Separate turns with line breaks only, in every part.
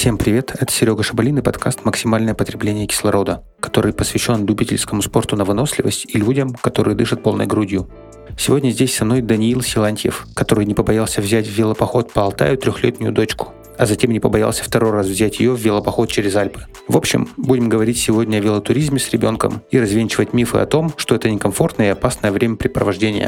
Всем привет, это Серега Шабалин и подкаст «Максимальное потребление кислорода», который посвящен любительскому спорту на выносливость и людям, которые дышат полной грудью. Сегодня здесь со мной Даниил Силантьев, который не побоялся взять в велопоход по Алтаю 3-летнюю дочку, а затем не побоялся второй раз взять ее в велопоход через Альпы. В общем, будем говорить сегодня о велотуризме с ребенком и развенчивать мифы о том, что это некомфортное и опасное времяпрепровождение.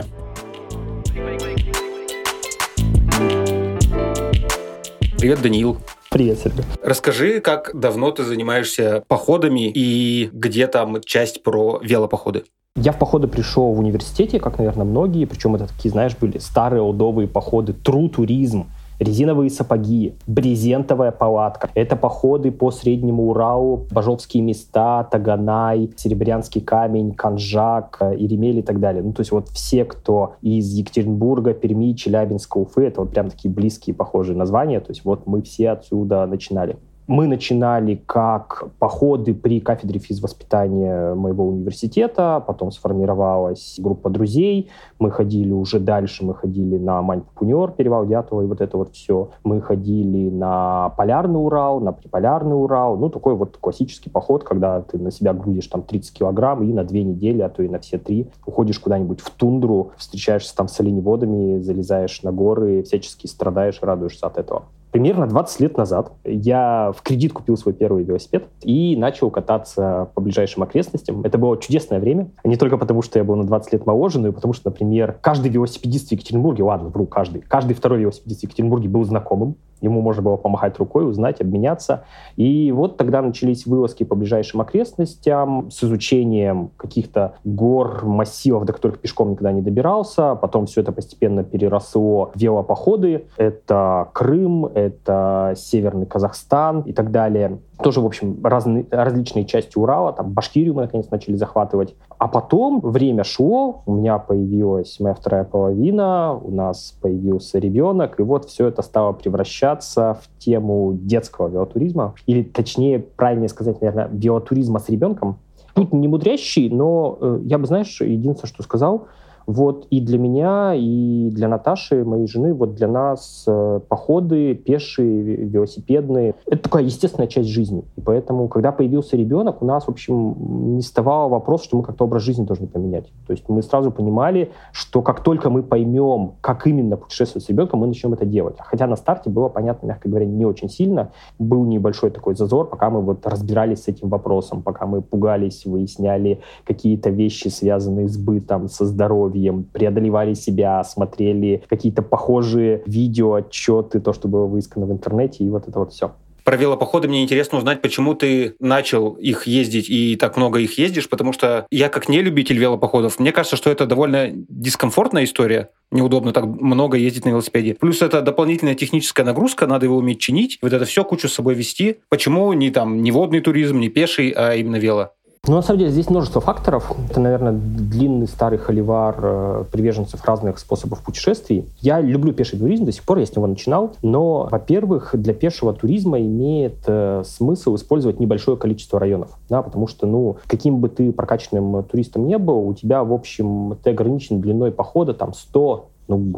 Привет, Даниил.
Привет, Сергей.
Расскажи, как давно ты занимаешься походами и где там часть про велопоходы?
Я в походы пришел в университете, как, наверное, многие, причем это такие, знаешь, были старые олдовые походы, тру-туризм, резиновые сапоги, брезентовая палатка. Это походы по Среднему Уралу, Бажовские места, Таганай, Серебрянский камень, Канжак, Иремель и так далее. Ну, то есть вот все, кто из Екатеринбурга, Перми, Челябинска, Уфы, это вот прям такие близкие, похожие названия. То есть вот мы все отсюда начинали. Мы начинали как походы при кафедре физвоспитания моего университета, потом сформировалась группа друзей, мы ходили уже дальше, мы ходили на Мань-Пупунёр, перевал Дятлова и вот это вот все. Мы ходили на Полярный Урал, на Приполярный Урал. Ну, такой вот классический поход, когда ты на себя грузишь там 30 килограмм и на 2 недели, а то и на все 3 уходишь куда-нибудь в тундру, встречаешься там с оленеводами, залезаешь на горы, всячески страдаешь и радуешься от этого. Примерно 20 лет назад я в кредит купил свой первый велосипед и начал кататься по ближайшим окрестностям. Это было чудесное время. Не только потому, что я был на 20 лет моложе, но и потому, что, например, каждый велосипедист в Екатеринбурге, каждый второй велосипедист в Екатеринбурге был знакомым. Ему можно было помахать рукой, узнать, обменяться. И вот тогда начались вылазки по ближайшим окрестностям с изучением каких-то гор, массивов, до которых пешком никогда не добирался. Потом все это постепенно переросло в велопоходы. Это Крым, это Северный Казахстан и так далее. Тоже, в общем, различные части Урала. Там Башкирию мы, наконец, начали захватывать. А потом время шло, у меня появилась моя вторая половина, у нас появился ребенок, и вот все это стало превращаться в тему детского велотуризма. Или, точнее, правильнее сказать, наверное, велотуризма с ребенком. Путь не мудрящий, но я бы, знаешь, единственное, что сказал, вот и для меня, и для Наташи, моей жены, вот для нас походы пешие, велосипедные — это такая естественная часть жизни. И поэтому, когда появился ребенок, у нас, в общем, не вставал вопрос, что мы как-то образ жизни должны поменять. То есть мы сразу понимали, что как только мы поймем, как именно путешествовать с ребенком, мы начнем это делать. Хотя на старте было понятно, мягко говоря, не очень сильно. Был небольшой такой зазор, пока мы вот разбирались с этим вопросом, пока мы пугались, выясняли какие-то вещи, связанные с бытом, со здоровьем, преодолевали себя, смотрели какие-то похожие видео, отчеты, то, что было выискано в интернете, и вот это вот все.
Про велопоходы мне интересно узнать, почему ты начал их ездить и так много их ездишь, потому что я как не любитель велопоходов, мне кажется, что это довольно дискомфортная история. Неудобно так много ездить на велосипеде. Плюс это дополнительная техническая нагрузка, надо его уметь чинить, вот это все кучу с собой вести. Почему не водный туризм, не пеший, а именно вело?
Ну, на самом деле, здесь множество факторов. Это, наверное, длинный старый холивар приверженцев разных способов путешествий. Я люблю пеший туризм, до сих пор я с него начинал. Но, во-первых, для пешего туризма имеет смысл использовать небольшое количество районов. Да, потому что, каким бы ты прокачанным туристом не был, у тебя, в общем, ты ограничен длиной похода там 100,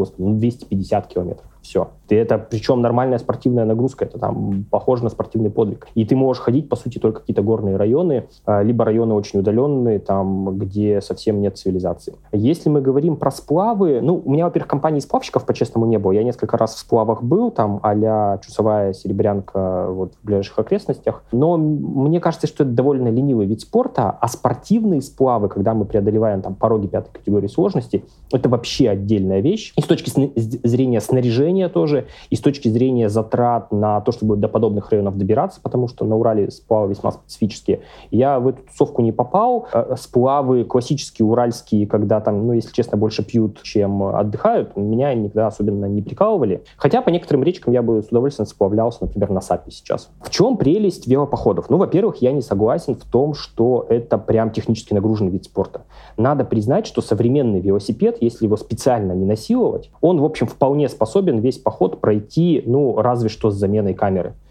250 километров. Все. Это, причем, нормальная спортивная нагрузка. Это там похоже на спортивный подвиг. И ты можешь ходить, по сути, только какие-то горные районы, либо районы очень удаленные, там, где совсем нет цивилизации. Если мы говорим про сплавы, у меня, во-первых, компании сплавщиков, по-честному, не было. Я несколько раз в сплавах был, там, а-ля Чусовая, Серебрянка, вот, в ближайших окрестностях. Но мне кажется, что это довольно ленивый вид спорта, а спортивные сплавы, когда мы преодолеваем там пороги 5 категории сложности, это вообще отдельная вещь. И с точки зрения снаряжения тоже, и с точки зрения затрат на то, чтобы до подобных районов добираться, потому что на Урале сплавы весьма специфические. Я в эту тусовку не попал. Сплавы классические, уральские, когда там, если честно, больше пьют, чем отдыхают, меня никогда особенно не прикалывали. Хотя по некоторым речкам я бы с удовольствием сплавлялся, например, на Сапе сейчас. В чем прелесть велопоходов? Во-первых, я не согласен в том, что это прям технически нагруженный вид спорта. Надо признать, что современный велосипед, если его специально не насиловать, он, в общем, вполне способен весь поход пройти, разве что с заменой камеры.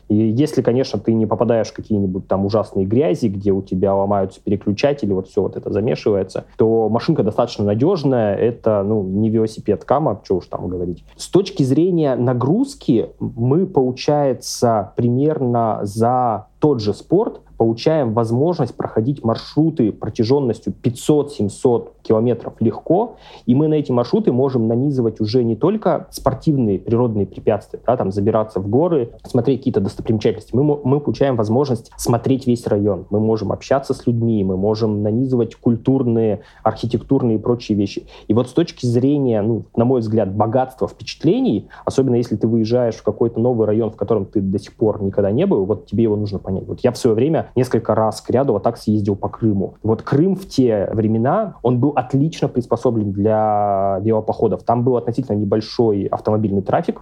И если, конечно, ты не попадаешь в какие-нибудь там ужасные грязи, где у тебя ломаются переключатели, вот все вот это замешивается, то машинка достаточно надежная, это, не велосипед Кама, что уж там говорить. С точки зрения нагрузки мы, получается, примерно за тот же спорт получаем возможность проходить маршруты протяженностью 500-700 километров легко, и мы на эти маршруты можем нанизывать уже не только спортивные природные препятствия, там забираться в горы, смотреть какие-то достопримечательности. Мы получаем возможность смотреть весь район, мы можем общаться с людьми, мы можем нанизывать культурные, архитектурные и прочие вещи. И вот с точки зрения, на мой взгляд, богатства впечатлений, особенно если ты выезжаешь в какой-то новый район, в котором ты до сих пор никогда не был, вот тебе его нужно понять. Вот я в свое время несколько раз к ряду вот так съездил по Крыму. Вот Крым в те времена, он был отлично приспособлен для велопоходов. Там был относительно небольшой автомобильный трафик,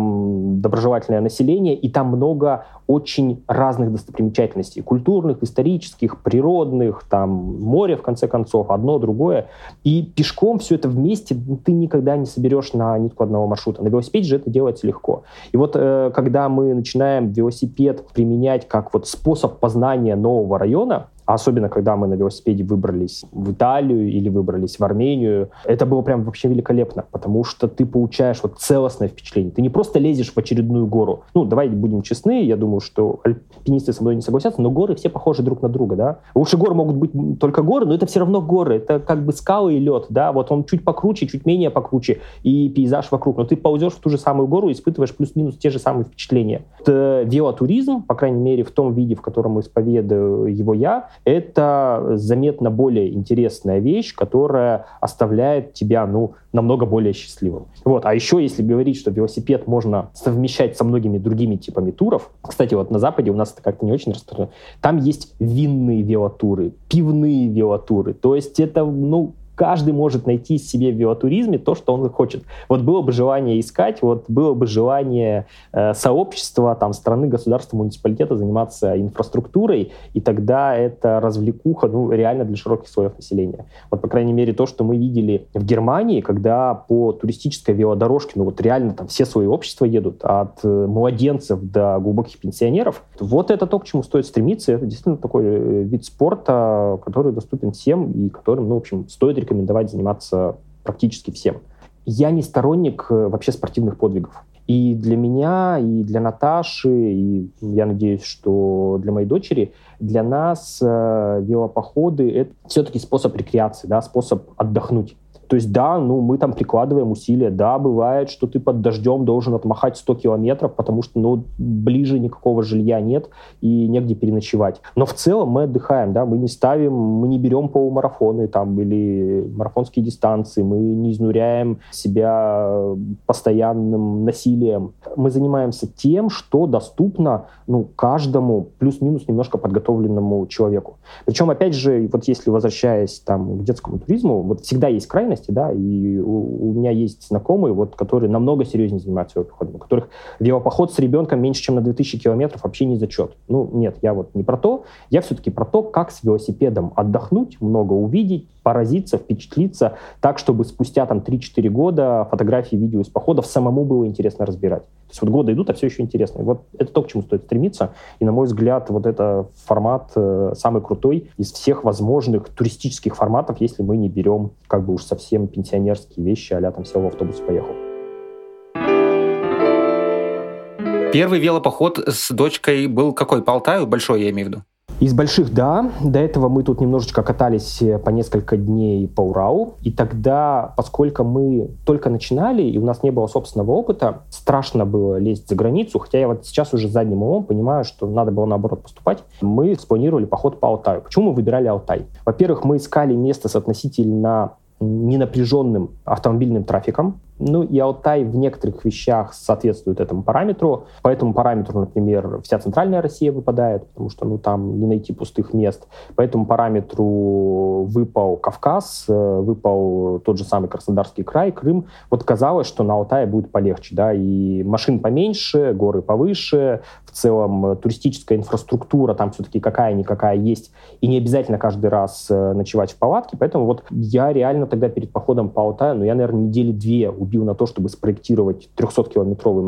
там доброжелательное население, и там много очень разных достопримечательностей. Культурных, исторических, природных, там море, в конце концов, одно, другое. И пешком все это вместе ты никогда не соберешь на нитку одного маршрута. На велосипеде же это делается легко. И вот когда мы начинаем велосипед применять как вот способ познания нового района, особенно когда мы на велосипеде выбрались в Италию или выбрались в Армению, это было прям вообще великолепно, потому что ты получаешь вот целостное впечатление. Ты не просто лезешь в очередную гору. Давай будем честны, я думаю, что альпинисты со мной не согласятся, но горы все похожи друг на друга, да. Лучше горы могут быть только горы, но это все равно горы. Это как бы скалы и лед, да. Вот он чуть покруче, чуть менее покруче, и пейзаж вокруг. Но ты ползешь в ту же самую гору и испытываешь плюс-минус те же самые впечатления. Это велотуризм, по крайней мере, в том виде, в котором исповедую его я, это заметно более интересная вещь, которая оставляет тебя, намного более счастливым. Вот. А еще, если говорить, что велосипед можно совмещать со многими другими типами туров, кстати, вот на Западе у нас это как-то не очень распространено, там есть винные велотуры, пивные велотуры, то есть это, каждый может найти себе в велотуризме то, что он хочет. Вот было бы желание искать, вот было бы желание сообщества, страны, государства, муниципалитета заниматься инфраструктурой, и тогда это развлекуха, реально для широких слоев населения. Вот, по крайней мере, то, что мы видели в Германии, когда по туристической велодорожке, реально там все свои общества едут, от младенцев до глубоких пенсионеров. Вот это то, к чему стоит стремиться. Это действительно такой вид спорта, который доступен всем и которым, в общем, стоит рекомендовать заниматься практически всем. Я не сторонник вообще спортивных подвигов. И для меня, и для Наташи, и я надеюсь, что для моей дочери, для нас велопоходы — это все-таки способ рекреации, да, способ отдохнуть. То есть, да, мы там прикладываем усилия, да, бывает, что ты под дождем должен отмахать 100 километров, потому что, ближе никакого жилья нет и негде переночевать. Но в целом мы отдыхаем, да, мы не берем полумарафоны или марафонские дистанции, мы не изнуряем себя постоянным насилием. Мы занимаемся тем, что доступно, каждому плюс-минус немножко подготовленному человеку. Причем, опять же, вот если возвращаясь к детскому туризму, вот всегда есть крайности, да, и у меня есть знакомые, которые намного серьезнее занимаются велопоходом, у которых велопоход с ребенком меньше, чем на 2000 километров вообще не зачет. Нет, я не про то, я все-таки про то, как с велосипедом отдохнуть, много увидеть, поразиться, впечатлиться, так, чтобы спустя 3-4 года фотографии, видео из походов самому было интересно разбирать. То есть годы идут, а все еще интересно. И вот это то, к чему стоит стремиться. И, на мой взгляд, вот это формат самый крутой из всех возможных туристических форматов, если мы не берем уж совсем пенсионерские вещи, а-ля сел в автобус и поехал.
Первый велопоход с дочкой был какой? По Алтаю? Большой, я имею в виду.
Из больших, да. До этого мы тут немножечко катались по несколько дней по Уралу. И тогда, поскольку мы только начинали, и у нас не было собственного опыта, страшно было лезть за границу. Хотя я сейчас уже задним умом понимаю, что надо было наоборот поступать. Мы спланировали поход по Алтаю. Почему мы выбирали Алтай? Во-первых, мы искали место с относительно ненапряженным автомобильным трафиком. И Алтай в некоторых вещах соответствует этому параметру. По этому параметру, например, вся центральная Россия выпадает, потому что там не найти пустых мест. По этому параметру выпал Кавказ, выпал тот же самый Краснодарский край, Крым. Вот казалось, что на Алтае будет полегче, да, и машин поменьше, горы повыше, в целом туристическая инфраструктура там все-таки какая-никакая есть, и не обязательно каждый раз ночевать в палатке. Поэтому я реально тогда перед походом по Алтаю, я, наверное, недели 2 убил на то, чтобы спроектировать 300-километровый маршрут.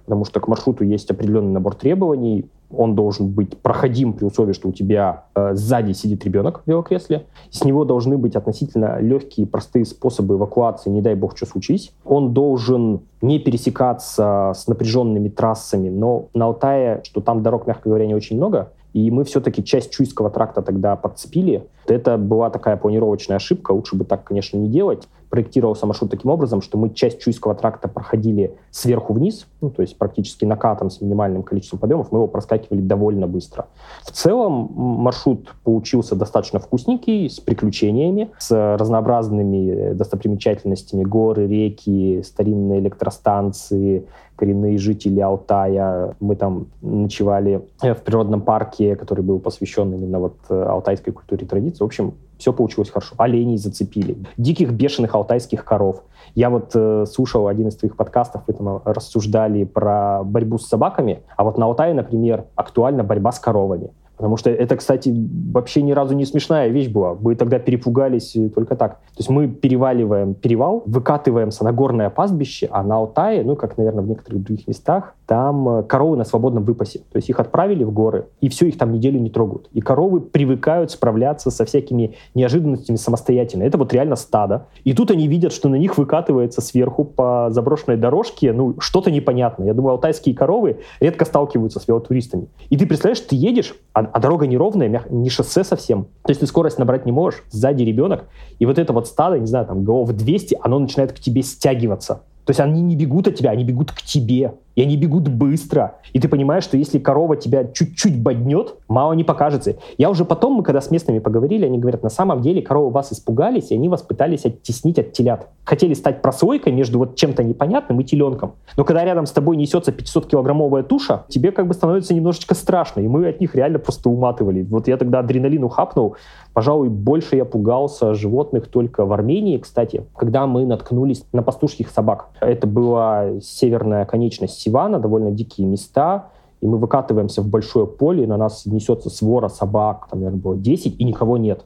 потому что к маршруту есть определенный набор требований. Он должен быть проходим при условии, что у тебя сзади сидит ребенок в велокресле. С него должны быть относительно легкие, простые способы эвакуации, не дай бог, что случись. Он должен не пересекаться с напряженными трассами, но на Алтае, что там дорог, мягко говоря, не очень много, и мы все-таки часть Чуйского тракта тогда подцепили. Это была такая планировочная ошибка, лучше бы так, конечно, не делать. Проектировался маршрут таким образом, что мы часть Чуйского тракта проходили сверху вниз, то есть практически накатом с минимальным количеством подъемов, мы его проскакивали довольно быстро. В целом маршрут получился достаточно вкусненький, с приключениями, с разнообразными достопримечательностями: горы, реки, старинные электростанции, коренные жители Алтая. Мы там ночевали в природном парке, который был посвящен именно алтайской культуре и традиции. В общем, все получилось хорошо. Оленей зацепили. Диких бешеных алтайских коров. Я слушал один из твоих подкастов, вы там рассуждали про борьбу с собаками, а на Алтае, например, актуальна борьба с коровами. Потому что это, кстати, вообще ни разу не смешная вещь была. Мы тогда перепугались только так. То есть мы переваливаем перевал, выкатываемся на горное пастбище, а на Алтае, как, наверное, в некоторых других местах, там коровы на свободном выпасе. То есть их отправили в горы, и все, их там неделю не трогают. И коровы привыкают справляться со всякими неожиданностями самостоятельно. Это реально стадо. И тут они видят, что на них выкатывается сверху по заброшенной дорожке что-то непонятное. Я думаю, алтайские коровы редко сталкиваются с велотуристами. И ты представляешь, ты едешь, а дорога неровная, не шоссе совсем. То есть ты скорость набрать не можешь, сзади ребенок, и это стадо, не знаю, голов 200, оно начинает к тебе стягиваться. То есть они не бегут от тебя, они бегут к тебе. И они бегут быстро. И ты понимаешь, что если корова тебя чуть-чуть боднет, мало не покажется. Я уже потом, мы когда с местными поговорили, они говорят, на самом деле коровы вас испугались, и они вас пытались оттеснить от телят. Хотели стать прослойкой между чем-то непонятным и теленком. Но когда рядом с тобой несется 500-килограммовая туша, тебе становится немножечко страшно. И мы от них реально просто уматывали. Я тогда адреналину хапнул. Пожалуй, больше я пугался животных только в Армении, кстати, когда мы наткнулись на пастушьих собак. Это была северная конечность Сивана, довольно дикие места, и мы выкатываемся в большое поле, и на нас несется свора собак, там, наверное, было 10, и никого нет.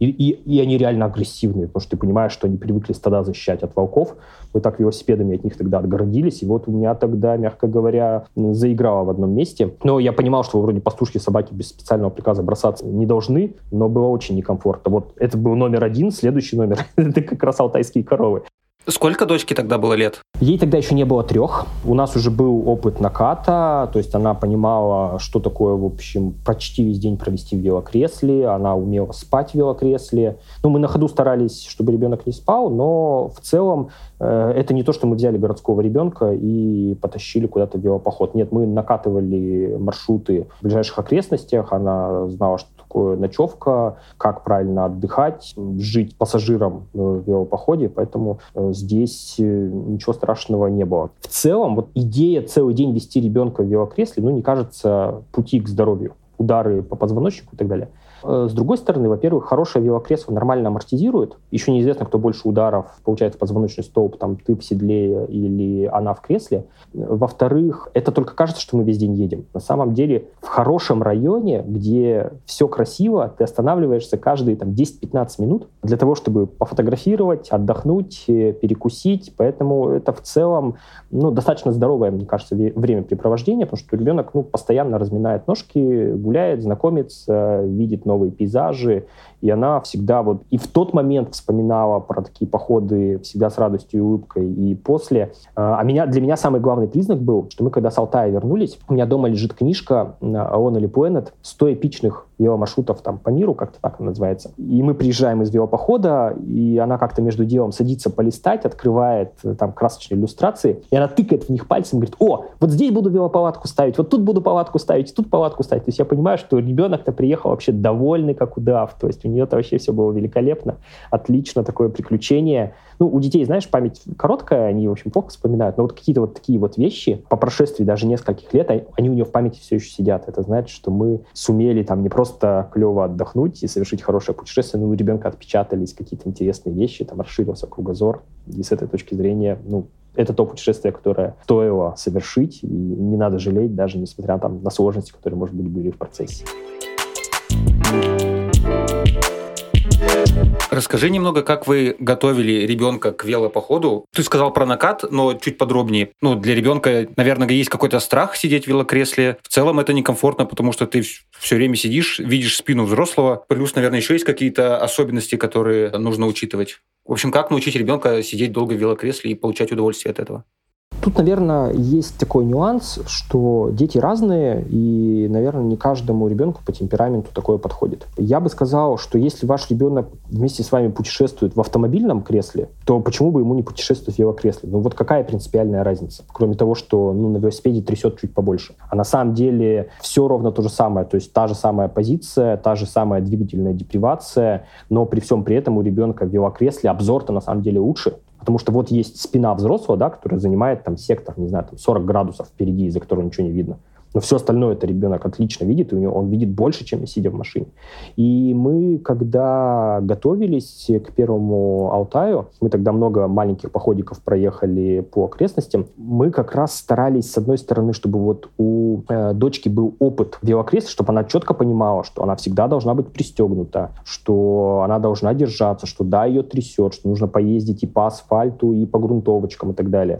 И они реально агрессивные, потому что ты понимаешь, что они привыкли стада защищать от волков. Мы так велосипедами от них тогда отгородились, и у меня тогда, мягко говоря, заиграло в одном месте. Но я понимал, что вроде пастушьи собаки без специального приказа бросаться не должны, но было очень некомфортно. Это был номер 1, следующий номер — это как раз алтайские коровы.
Сколько дочке тогда было лет?
Ей тогда еще не было 3. У нас уже был опыт наката, то есть она понимала, что такое, в общем, почти весь день провести в велокресле, она умела спать в велокресле. Мы на ходу старались, чтобы ребенок не спал, но в целом это не то, что мы взяли городского ребенка и потащили куда-то в велопоход. Нет, мы накатывали маршруты в ближайших окрестностях, она знала, что такое ночевка, как правильно отдыхать, жить пассажиром в велопоходе, поэтому здесь ничего страшного не было. В целом, идея целый день вести ребенка в велокресле, не кажется пути к здоровью. Удары по позвоночнику и так далее. С другой стороны, во-первых, хорошее велокресло нормально амортизирует. Еще неизвестно, кто больше ударов получает в позвоночный столб, ты в седле или она в кресле. Во-вторых, это только кажется, что мы весь день едем. На самом деле, в хорошем районе, где все красиво, ты останавливаешься каждые 10-15 минут для того, чтобы пофотографировать, отдохнуть, перекусить. Поэтому это в целом достаточно здоровое, мне кажется, времяпрепровождение, потому что ребенок постоянно разминает ножки, гуляет, знакомится, видит новые пейзажи, и она всегда и в тот момент вспоминала про такие походы всегда с радостью и улыбкой, и после. Для меня самый главный признак был, что мы когда с Алтая вернулись, у меня дома лежит книжка Алона Липуэнет «100 эпичных веломаршрутов по миру», как-то так она называется. И мы приезжаем из велопохода, и она как-то между делом садится полистать, открывает красочные иллюстрации, и она тыкает в них пальцем, говорит: «О, здесь буду велопалатку ставить, тут буду палатку ставить, тут палатку ставить». То есть я понимаю, что ребенок-то приехал вообще довольный, как удав. То есть у нее-то вообще все было великолепно, отлично, такое приключение. У детей, знаешь, память короткая, они, в общем, плохо вспоминают, но какие-то такие вещи по прошествии даже нескольких лет, они у нее в памяти все еще сидят. Это значит, что мы сумели не просто клево отдохнуть и совершить хорошее путешествие, но у ребенка отпечатались какие-то интересные вещи, расширился кругозор. И с этой точки зрения, это то путешествие, которое стоило совершить, и не надо жалеть, даже несмотря на сложности, которые, может быть, были в процессе.
Расскажи немного, как вы готовили ребенка к велопоходу. Ты сказал про накат, но чуть подробнее. Для ребенка, наверное, есть какой-то страх сидеть в велокресле. В целом это некомфортно, потому что ты все время сидишь, видишь спину взрослого. Плюс, наверное, еще есть какие-то особенности, которые нужно учитывать. В общем, как научить ребенка сидеть долго в велокресле и получать удовольствие от этого?
Тут, наверное, есть такой нюанс, что дети разные, и, наверное, не каждому ребенку по темпераменту такое подходит. Я бы сказал, что если ваш ребенок вместе с вами путешествует в автомобильном кресле, то почему бы ему не путешествовать в велокресле? Какая принципиальная разница? Кроме того, что на велосипеде трясет чуть побольше. А на самом деле все ровно то же самое. То есть та же самая позиция, та же самая двигательная депривация, но при всем при этом у ребенка в велокресле обзор-то на самом деле лучше. Потому что есть спина взрослого, да, которая занимает сектор, 40 градусов впереди, из-за которого ничего не видно. Но все остальное это ребенок отлично видит, и он видит больше, чем сидя в машине. И мы, когда готовились к первому Алтаю, мы тогда много маленьких походиков проехали по окрестностям, мы как раз старались, с одной стороны, чтобы у дочки был опыт велокресла, чтобы она четко понимала, что она всегда должна быть пристегнута, что она должна держаться, что ее трясет, что нужно поездить и по асфальту, и по грунтовочкам и так далее.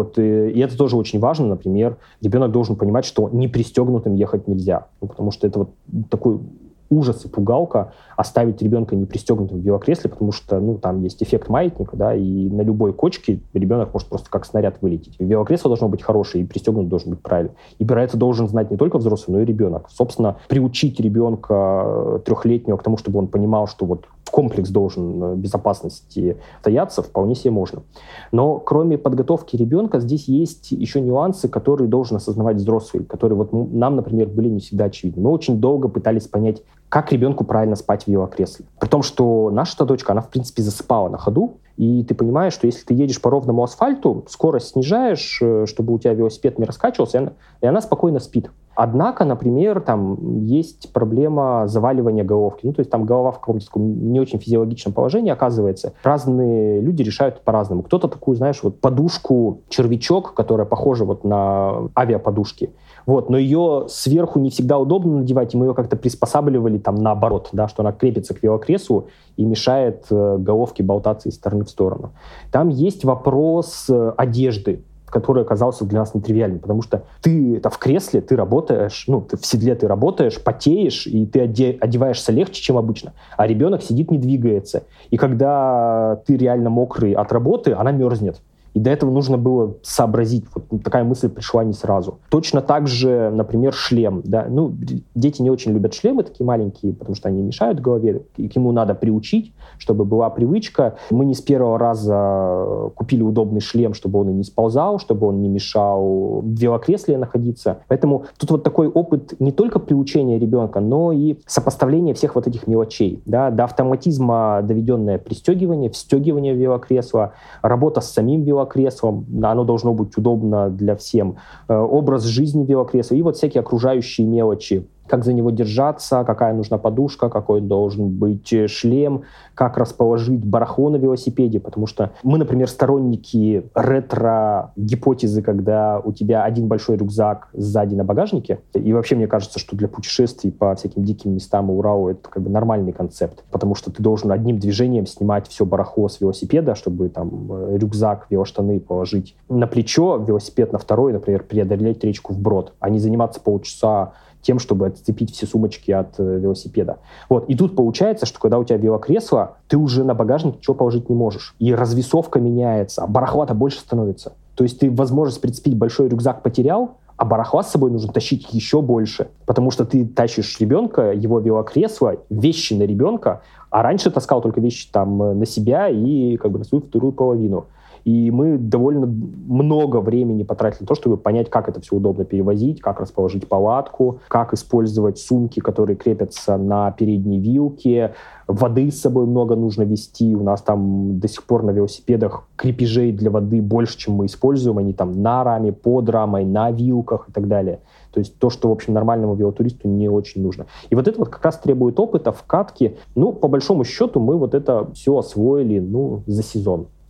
И это тоже очень важно. Например, ребенок должен понимать, что не пристегнутым ехать нельзя. Потому что это такой ужас и пугалка оставить ребенка не пристегнутым в велокресле, потому что там есть эффект маятника, да, и на любой кочке ребенок может просто как снаряд вылететь. Велокресло должно быть хорошее, и пристегнут должен быть правильно. И про это должен знать не только взрослый, но и ребенок. Собственно, приучить ребенка 3-летнего к тому, чтобы он понимал, что комплекс должен безопасности стояться, вполне себе можно. Но кроме подготовки ребенка, здесь есть еще нюансы, которые должен осознавать взрослый, которые нам, например, были не всегда очевидны. Мы очень долго пытались понять, как ребенку правильно спать в велокресле. При том, что наша дочка, она, в принципе, засыпала на ходу, и ты понимаешь, что если ты едешь по ровному асфальту, скорость снижаешь, чтобы у тебя велосипед не раскачивался, и она спокойно спит. Однако, например, есть проблема заваливания головки. То есть голова в каком-то таком не очень физиологичном положении оказывается. Разные люди решают это по-разному. Кто-то такую, подушку-червячок, которая похожа на авиаподушки, но ее сверху не всегда удобно надевать, и мы ее как-то приспосабливали наоборот, да, что она крепится к велокреслу и мешает головке болтаться из стороны в сторону. Там есть вопрос одежды, который оказался для нас нетривиальным, потому что ты в кресле, ты работаешь, ты в седле ты работаешь, потеешь, и ты одеваешься легче, чем обычно, а ребенок сидит, не двигается. И когда ты реально мокрый от работы, она мерзнет. И до этого нужно было сообразить. Такая мысль пришла не сразу. Точно так же, например, шлем. Да? Дети не очень любят шлемы такие маленькие, потому что они мешают голове. И к нему надо приучить, чтобы была привычка. Мы не с первого раза купили удобный шлем, чтобы он и не сползал, чтобы он не мешал в велокресле находиться. Поэтому тут такой опыт не только приучения ребенка, но и сопоставления всех этих мелочей. Да? До автоматизма доведенное пристегивание, встегивание велокресла, работа с самим велокреслом, оно должно быть удобно для всем. Образ жизни велокресла и всякие окружающие мелочи. Как за него держаться, какая нужна подушка, какой должен быть шлем, как расположить барахло на велосипеде. Потому что мы, например, сторонники ретро-гипотезы, когда у тебя один большой рюкзак сзади на багажнике. И вообще мне кажется, что для путешествий по всяким диким местам и Уралу это нормальный концепт. Потому что ты должен одним движением снимать все барахло с велосипеда, чтобы рюкзак, велоштаны положить на плечо, велосипед на второй, например, преодолеть речку вброд, а не заниматься полчаса тем, чтобы отцепить все сумочки от велосипеда. И тут получается, что когда у тебя велокресло, ты уже на багажник ничего положить не можешь. И развесовка меняется, а барахла-то больше становится. То есть ты возможность прицепить большой рюкзак потерял, а барахла с собой нужно тащить еще больше, потому что ты тащишь ребенка, его велокресло, вещи на ребенка, а раньше таскал только вещи на себя и на свою вторую половину. И мы довольно много времени потратили на то, чтобы понять, как это все удобно перевозить, как расположить палатку, как использовать сумки, которые крепятся на передней вилке. Воды с собой много нужно везти. У нас до сих пор на велосипедах крепежей для воды больше, чем мы используем. Они на раме, под рамой, на вилках и так далее. То есть то, что, в общем, нормальному велотуристу не очень нужно. И это как раз требует опыта, вкатки. По большому счету, мы это все освоили, за сезон.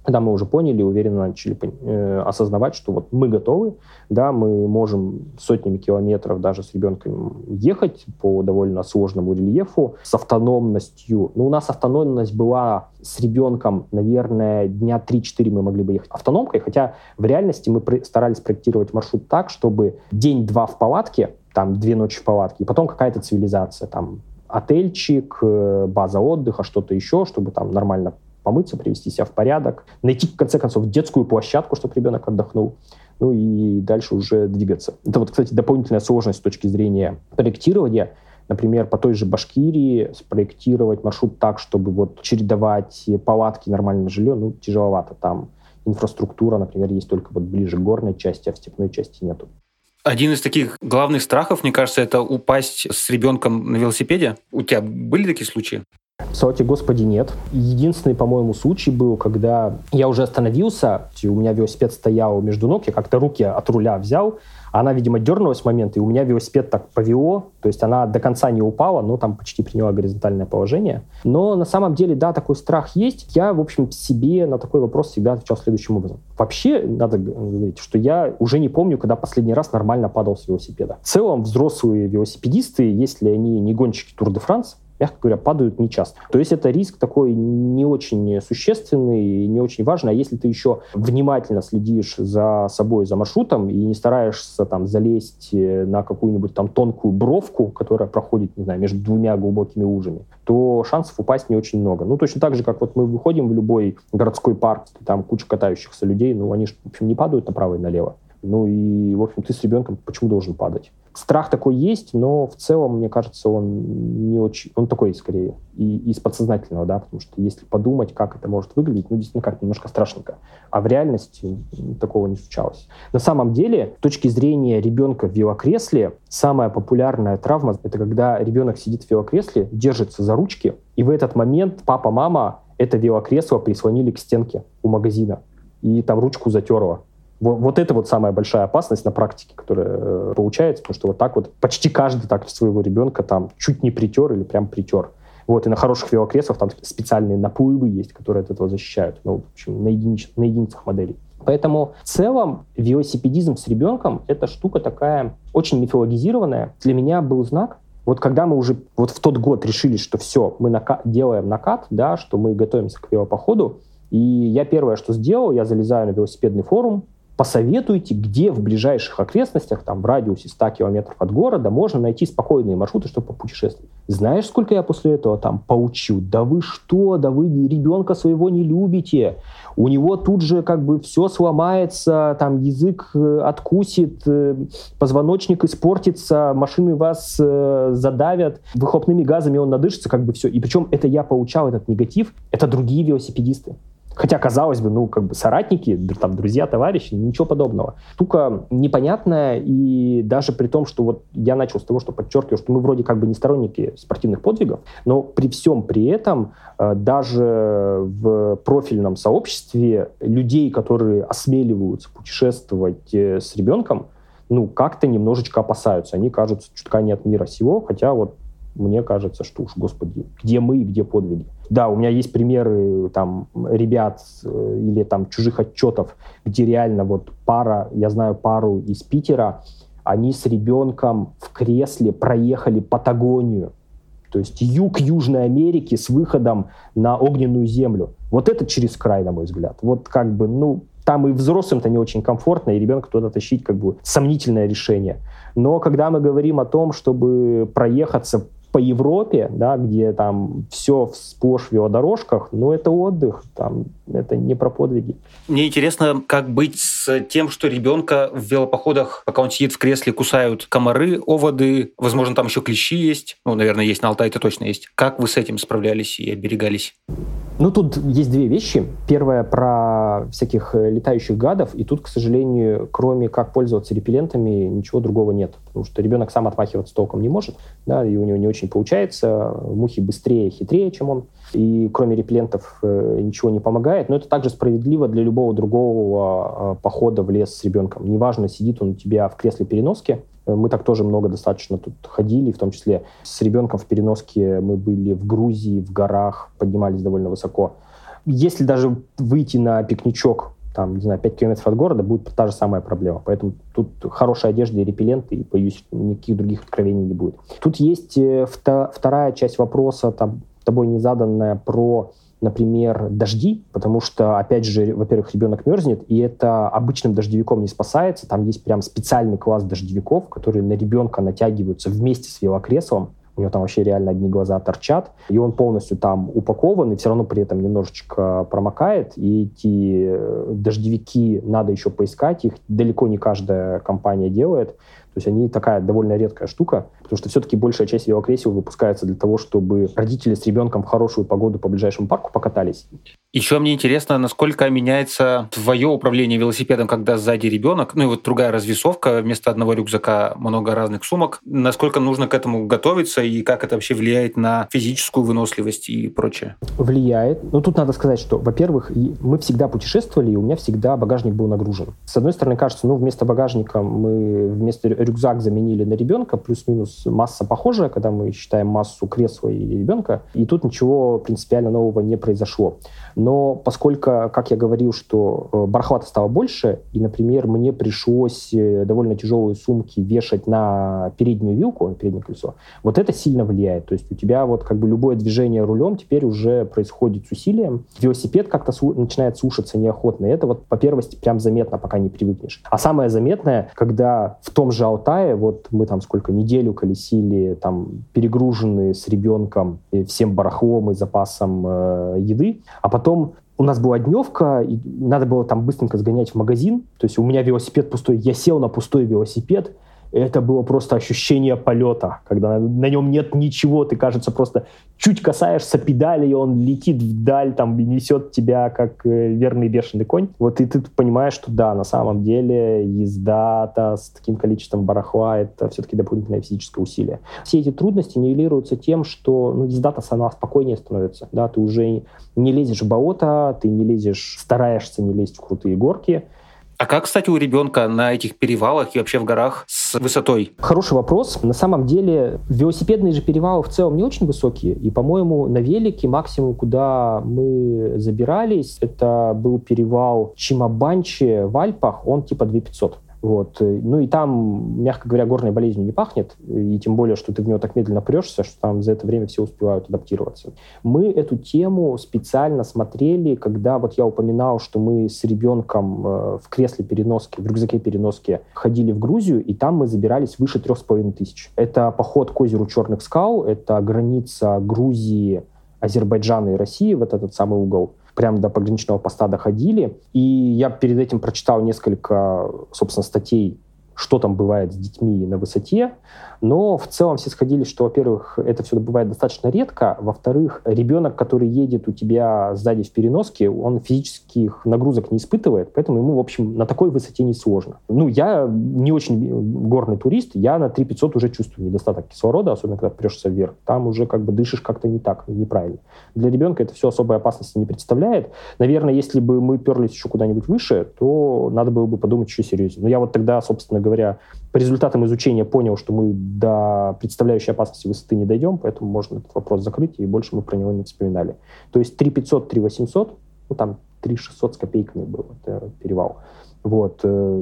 когда мы уже поняли, уверенно начали осознавать, что вот мы готовы, да, мы можем сотнями километров даже с ребенком ехать по довольно сложному рельефу с автономностью. Ну, у нас автономность была с ребенком, наверное, дня 3-4 мы могли бы ехать автономкой, хотя в реальности мы старались проектировать маршрут так, чтобы день-два в палатке, там 2 ночи в палатке, и потом какая-то цивилизация, там отельчик, база отдыха, что-то еще, чтобы там нормально помыться, привести себя в порядок, найти, в конце концов, детскую площадку, чтобы ребенок отдохнул, ну и дальше уже двигаться. Это вот, кстати, дополнительная сложность с точки зрения проектирования. Например, по той же Башкирии спроектировать маршрут так, чтобы вот чередовать палатки, нормальное жилье, ну, тяжеловато. Там инфраструктура, например, есть только вот ближе к горной части, а в степной части нету.
Один из таких главных страхов, мне кажется, это упасть с ребенком на велосипеде. У тебя были такие случаи?
Слава тебе, Господи, нет. Единственный, по-моему, случай был, когда я уже остановился, у меня велосипед стоял между ног, я как-то руки от руля взял, она, видимо, дернулась в момент, и у меня велосипед так повело, то есть она до конца не упала, но там почти приняла горизонтальное положение. Но на самом деле, да, такой страх есть. Я, в общем, себе на такой вопрос всегда отвечал следующим образом. Вообще, надо говорить, что я уже не помню, когда последний раз нормально падал с велосипеда. В целом, взрослые велосипедисты, если они не гонщики Тур де Франс, мягко говоря, падают нечасто. То есть это риск такой не очень существенный, не очень важный. А если ты еще внимательно следишь за собой, за маршрутом, и не стараешься там залезть на какую-нибудь там тонкую бровку, которая проходит, не знаю, между двумя глубокими лужами, то шансов упасть не очень много. Ну, точно так же, как вот мы выходим в любой городской парк, там куча катающихся людей, ну, они же, в общем, не падают направо и налево. Ну и, в общем, ты с ребенком почему должен падать? Страх такой есть, но в целом, мне кажется, он не очень... Он такой, скорее, из подсознательного, да, потому что если подумать, как это может выглядеть, ну, действительно, как-то немножко страшненько. А в реальности такого не случалось. На самом деле, с точки зрения ребенка в велокресле, самая популярная травма — это когда ребенок сидит в велокресле, держится за ручки, и в этот момент папа, мама это велокресло прислонили к стенке у магазина, и там ручку затерла. Вот это вот самая большая опасность на практике, которая получается, потому что вот так вот почти каждый так своего ребенка там чуть не притер или прям притер. Вот, и на хороших велокреслах там специальные наплывы есть, которые от этого защищают. Ну, в общем, на единицах моделей. Поэтому в целом велосипедизм с ребенком — это штука такая очень мифологизированная. Для меня был знак. Вот когда мы уже вот в тот год решили, что все, мы делаем накат, да, что мы готовимся к велопоходу, и я первое, что сделал, я залезаю на велосипедный форум, посоветуйте, где в ближайших окрестностях, там, в радиусе 100 километров от города, можно найти спокойные маршруты, чтобы попутешествовать. Знаешь, сколько я после этого там поучил? Да вы что? Да вы ребенка своего не любите. У него тут же как бы все сломается, там язык откусит, позвоночник испортится, машины вас задавят, выхлопными газами он надышится, как бы все. И причем это я поучал, этот негатив, это другие велосипедисты. Хотя, казалось бы, ну, как бы соратники, там, друзья, товарищи, ничего подобного. Штука непонятная, и даже при том, что вот я начал с того, что подчеркиваю, что мы вроде как бы не сторонники спортивных подвигов, но при всем при этом даже в профильном сообществе людей, которые осмеливаются путешествовать с ребенком, ну, как-то немножечко опасаются. Они кажутся чутка не от мира сего, хотя вот мне кажется, что уж, господи, где мы и где подвиги. Да, у меня есть примеры там ребят или там чужих отчетов, где реально вот пара, я знаю пару из Питера, они с ребенком в кресле проехали Патагонию, то есть юг Южной Америки с выходом на огненную землю. Вот это через край, на мой взгляд. Вот как бы, ну, там и взрослым-то не очень комфортно, и ребенка туда тащить как бы сомнительное решение. Но когда мы говорим о том, чтобы проехаться по Европе, да, где там все сплошь в велодорожках, ну, это отдых, там, это не про подвиги.
Мне интересно, как быть с тем, что ребенка в велопоходах, пока он сидит в кресле, кусают комары, оводы, возможно, там еще клещи есть, ну, наверное, есть, на Алтае-то точно есть. Как вы с этим справлялись и оберегались?
Ну, тут есть две вещи. Первое про всяких летающих гадов, и тут, к сожалению, кроме как пользоваться репеллентами, ничего другого нет. Потому что ребенок сам отмахиваться толком не может, да, и у него не очень получается. Мухи быстрее, хитрее, чем он. И кроме репеллентов ничего не помогает. Но это также справедливо для любого другого похода в лес с ребенком. Неважно, сидит он у тебя в кресле переноски. Мы так тоже много достаточно тут ходили, в том числе с ребенком в переноске мы были в Грузии, в горах, поднимались довольно высоко. Если даже выйти на пикничок, там, не знаю, 5 километров от города, будет та же самая проблема. Поэтому тут хорошая одежда и репелленты, и, боюсь, никаких других откровений не будет. Тут есть вторая часть вопроса, там, тобой не заданная, про, например, дожди, потому что, опять же, во-первых, ребенок мерзнет, и это обычным дождевиком не спасается. Там есть прям специальный класс дождевиков, которые на ребенка натягиваются вместе с велокреслом. У него там вообще реально одни глаза торчат, и он полностью там упакован, и все равно при этом немножечко промокает. И эти дождевики надо еще поискать, их далеко не каждая компания делает. То есть они такая довольно редкая штука, потому что все-таки большая часть велокресел выпускается для того, чтобы родители с ребенком в хорошую погоду по ближайшему парку покатались.
Еще мне интересно, насколько меняется твое управление велосипедом, когда сзади ребенок, ну и вот другая развесовка, вместо одного рюкзака много разных сумок. Насколько нужно к этому готовиться и как это вообще влияет на физическую выносливость и прочее?
Влияет. Но тут надо сказать, что, во-первых, мы всегда путешествовали, и у меня всегда багажник был нагружен. С одной стороны, кажется, вместо багажника мы вместо рюкзак заменили на ребенка, плюс-минус масса похожая, когда мы считаем массу кресла и ребенка, и тут ничего принципиально нового не произошло. Но поскольку, как я говорил, что барахлата стало больше, и, например, мне пришлось довольно тяжелые сумки вешать на переднюю вилку, переднее колесо, вот это сильно влияет. То есть у тебя вот как бы любое движение рулем теперь уже происходит с усилием. Велосипед как-то начинает слушаться неохотно. И это вот по первости прям заметно, пока не привыкнешь. А самое заметное, когда в том же Алтае, вот мы там неделю колесили, там перегруженные с ребенком всем барахлом и запасом еды, а потом у нас была дневка, и надо было там быстренько сгонять в магазин. То есть у меня велосипед пустой, я сел на пустой велосипед. Это было просто ощущение полета, когда на нем нет ничего, ты, кажется, просто чуть касаешься педали, и он летит вдаль, там, и несет тебя, как верный бешеный конь. Вот и ты понимаешь, что да, на самом деле езда-то с таким количеством барахла — это все-таки дополнительное физическое усилие. Все эти трудности нивелируются тем, что езда-то сама спокойнее становится. Да? Ты уже не лезешь в болото, ты не лезешь, стараешься не лезть в крутые горки.
А как, кстати, у ребенка на этих перевалах и вообще в горах с высотой?
Хороший вопрос. На самом деле велосипедные же перевалы в целом не очень высокие. И, по-моему, на велике максимум, куда мы забирались, это был перевал Чимабанчи в Альпах, он типа 2500. Вот. Ну и там, мягко говоря, горной болезнью не пахнет, и тем более, что ты в него так медленно прешься, что там за это время все успевают адаптироваться. Мы эту тему специально смотрели, когда вот я упоминал, что мы с ребенком в кресле переноски, в рюкзаке переноски ходили в Грузию, и там мы забирались выше 3500. Это поход к озеру Черных скал, это граница Грузии, Азербайджана и России, вот этот самый угол. Прямо до пограничного поста доходили. И я перед этим прочитал несколько, собственно, статей, что там бывает с детьми на высоте. Но в целом все сходились, что, во-первых, это все бывает достаточно редко. Во-вторых, ребенок, который едет у тебя сзади в переноске, он физических нагрузок не испытывает, поэтому ему, в общем, на такой высоте не сложно. Я не очень горный турист, я на 3500 уже чувствую недостаток кислорода, особенно когда прешься вверх. Там уже как бы дышишь как-то не так, неправильно. Для ребенка это все особой опасности не представляет. Наверное, если бы мы перлись еще куда-нибудь выше, то надо было бы подумать еще серьезнее. Но я вот тогда, собственно говоря, по результатам изучения понял, что мы до представляющей опасности высоты не дойдем, поэтому можно этот вопрос закрыть, и больше мы про него не вспоминали. То есть 3500, 3800, там 3600 с копейками был это перевал. Вот.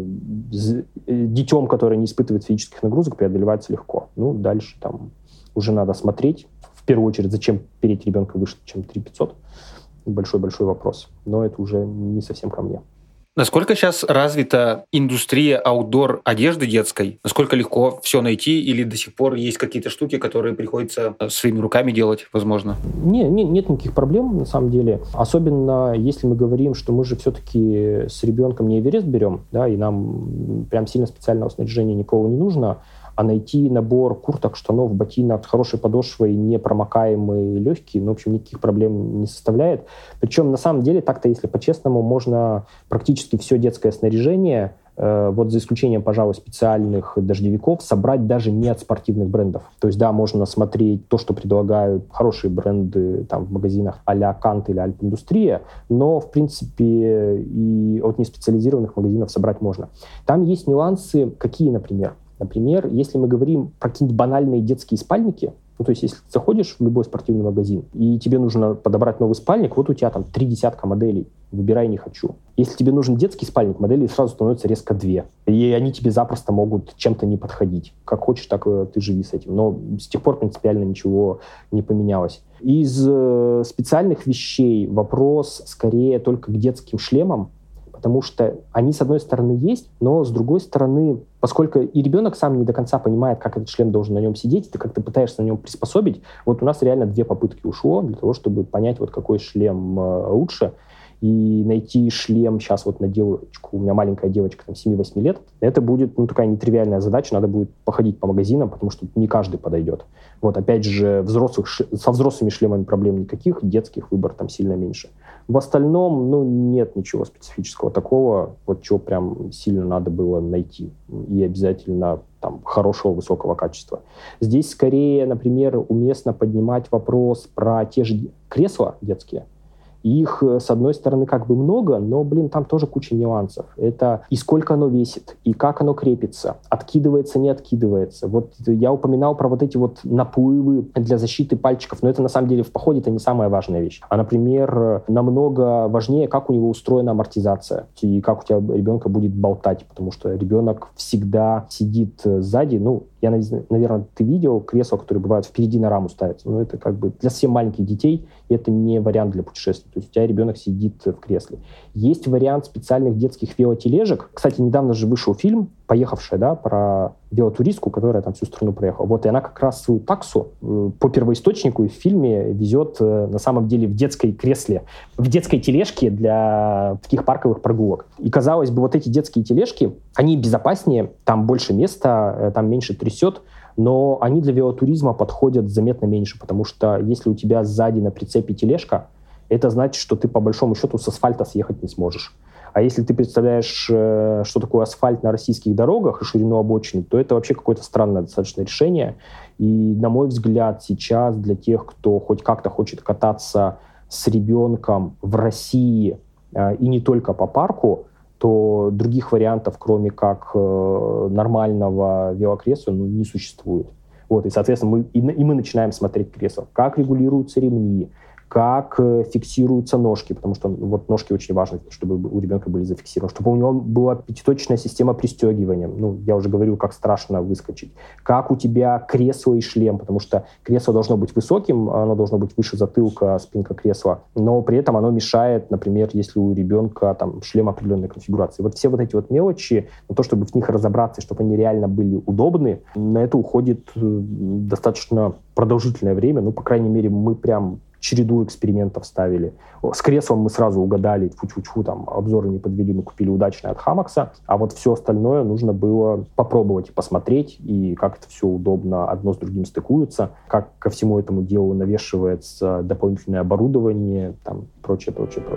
Детем, которое не испытывает физических нагрузок, преодолевается легко. Дальше там уже надо смотреть. В первую очередь, зачем переть ребенка выше, чем 3500? Большой-большой вопрос. Но это уже не совсем ко мне.
Насколько сейчас развита индустрия аутдор одежды детской? Насколько легко все найти? Или до сих пор есть какие-то штуки, которые приходится своими руками делать, возможно?
Нет никаких проблем, на самом деле. Особенно, если мы говорим, что мы же все-таки с ребенком не Эверест берем, да, и нам прям сильно специального снаряжения никого не нужно, а найти набор курток, штанов, ботинок с хорошей подошвой, непромокаемый, легкий, в общем, никаких проблем не составляет. Причем, на самом деле, так-то, если по-честному, можно практически все детское снаряжение, вот за исключением, пожалуй, специальных дождевиков, собрать даже не от спортивных брендов. То есть, да, можно смотреть то, что предлагают хорошие бренды там в магазинах а-ля Кант или Альп-Индустрия, но, в принципе, и от неспециализированных магазинов собрать можно. Там есть нюансы, какие, например? Например, если мы говорим про какие-нибудь банальные детские спальники, Ну, то есть, если ты заходишь в любой спортивный магазин, и тебе нужно подобрать новый спальник, вот у тебя там 3 десятка моделей. Выбирай не хочу. Если тебе нужен детский спальник, моделей сразу становится резко 2. И они тебе запросто могут чем-то не подходить. Как хочешь, так ты живи с этим. Но с тех пор принципиально ничего не поменялось. Из специальных вещей вопрос скорее только к детским шлемам, потому что они, с одной стороны, есть, но, с другой стороны, поскольку и ребенок сам не до конца понимает, как этот шлем должен на нем сидеть, ты как-то пытаешься на нем приспособить. Вот у нас реально 2 попытки ушло для того, чтобы понять, вот какой шлем лучше. И найти шлем сейчас вот на девочку, у меня маленькая девочка, там, 7-8 лет, это будет, ну, такая нетривиальная задача, надо будет походить по магазинам, потому что не каждый подойдет. Вот, опять же, со взрослыми шлемами проблем никаких, детских выбор там сильно меньше. В остальном, ну, нет ничего специфического такого, вот чего прям сильно надо было найти. И обязательно там хорошего, высокого качества. Здесь скорее, например, уместно поднимать вопрос про те же кресла детские. Их, с одной стороны, как бы много, но, там тоже куча нюансов. Это и сколько оно весит, и как оно крепится, откидывается, не откидывается. Вот я упоминал про вот эти вот наплывы для защиты пальчиков, но это, на самом деле, в походе это не самая важная вещь. А, например, намного важнее, как у него устроена амортизация, и как у тебя ребенка будет болтать, потому что ребенок всегда сидит сзади. Ну, я, наверное, ты видел кресла, которые бывают впереди на раму ставятся. Но это как бы для совсем маленьких детей это не вариант для путешествий. То есть у тебя ребенок сидит в кресле. Есть вариант специальных детских велотележек. Кстати, недавно же вышел фильм «Поехавшая», да, про велотуристку, которая там всю страну проехала. Вот, и она как раз свою таксу по первоисточнику в фильме везет на самом деле в детской кресле, в детской тележке для таких парковых прогулок. И, казалось бы, вот эти детские тележки, они безопаснее, там больше места, там меньше трясет, но они для велотуризма подходят заметно меньше, потому что если у тебя сзади на прицепе тележка, это значит, что ты по большому счету с асфальта съехать не сможешь. А если ты представляешь, что такое асфальт на российских дорогах и ширину обочины, то это вообще какое-то странное достаточно решение. И, на мой взгляд, сейчас для тех, кто хоть как-то хочет кататься с ребенком в России и не только по парку, то других вариантов, кроме как нормального велокресла, не существует. Вот, и, соответственно, мы начинаем смотреть кресло. Как регулируются ремни, как фиксируются ножки, потому что вот ножки очень важны, чтобы у ребенка были зафиксированы, чтобы у него была пятиточечная система пристегивания. Ну, я уже говорил, как страшно выскочить. Как у тебя кресло и шлем, потому что кресло должно быть высоким, оно должно быть выше затылка, спинка кресла, но при этом оно мешает, например, если у ребенка там шлем определенной конфигурации. Вот все вот эти вот мелочи, на то, чтобы в них разобраться, чтобы они реально были удобны, на это уходит достаточно продолжительное время. Ну, по крайней мере, мы прям череду экспериментов ставили. С креслом мы сразу угадали, тьфу-тьфу-тьфу, там обзоры не подвели, мы купили удачное от Хамакса, а вот все остальное нужно было попробовать и посмотреть, и как это все удобно одно с другим стыкуется, как ко всему этому делу навешивается дополнительное оборудование, там, прочее.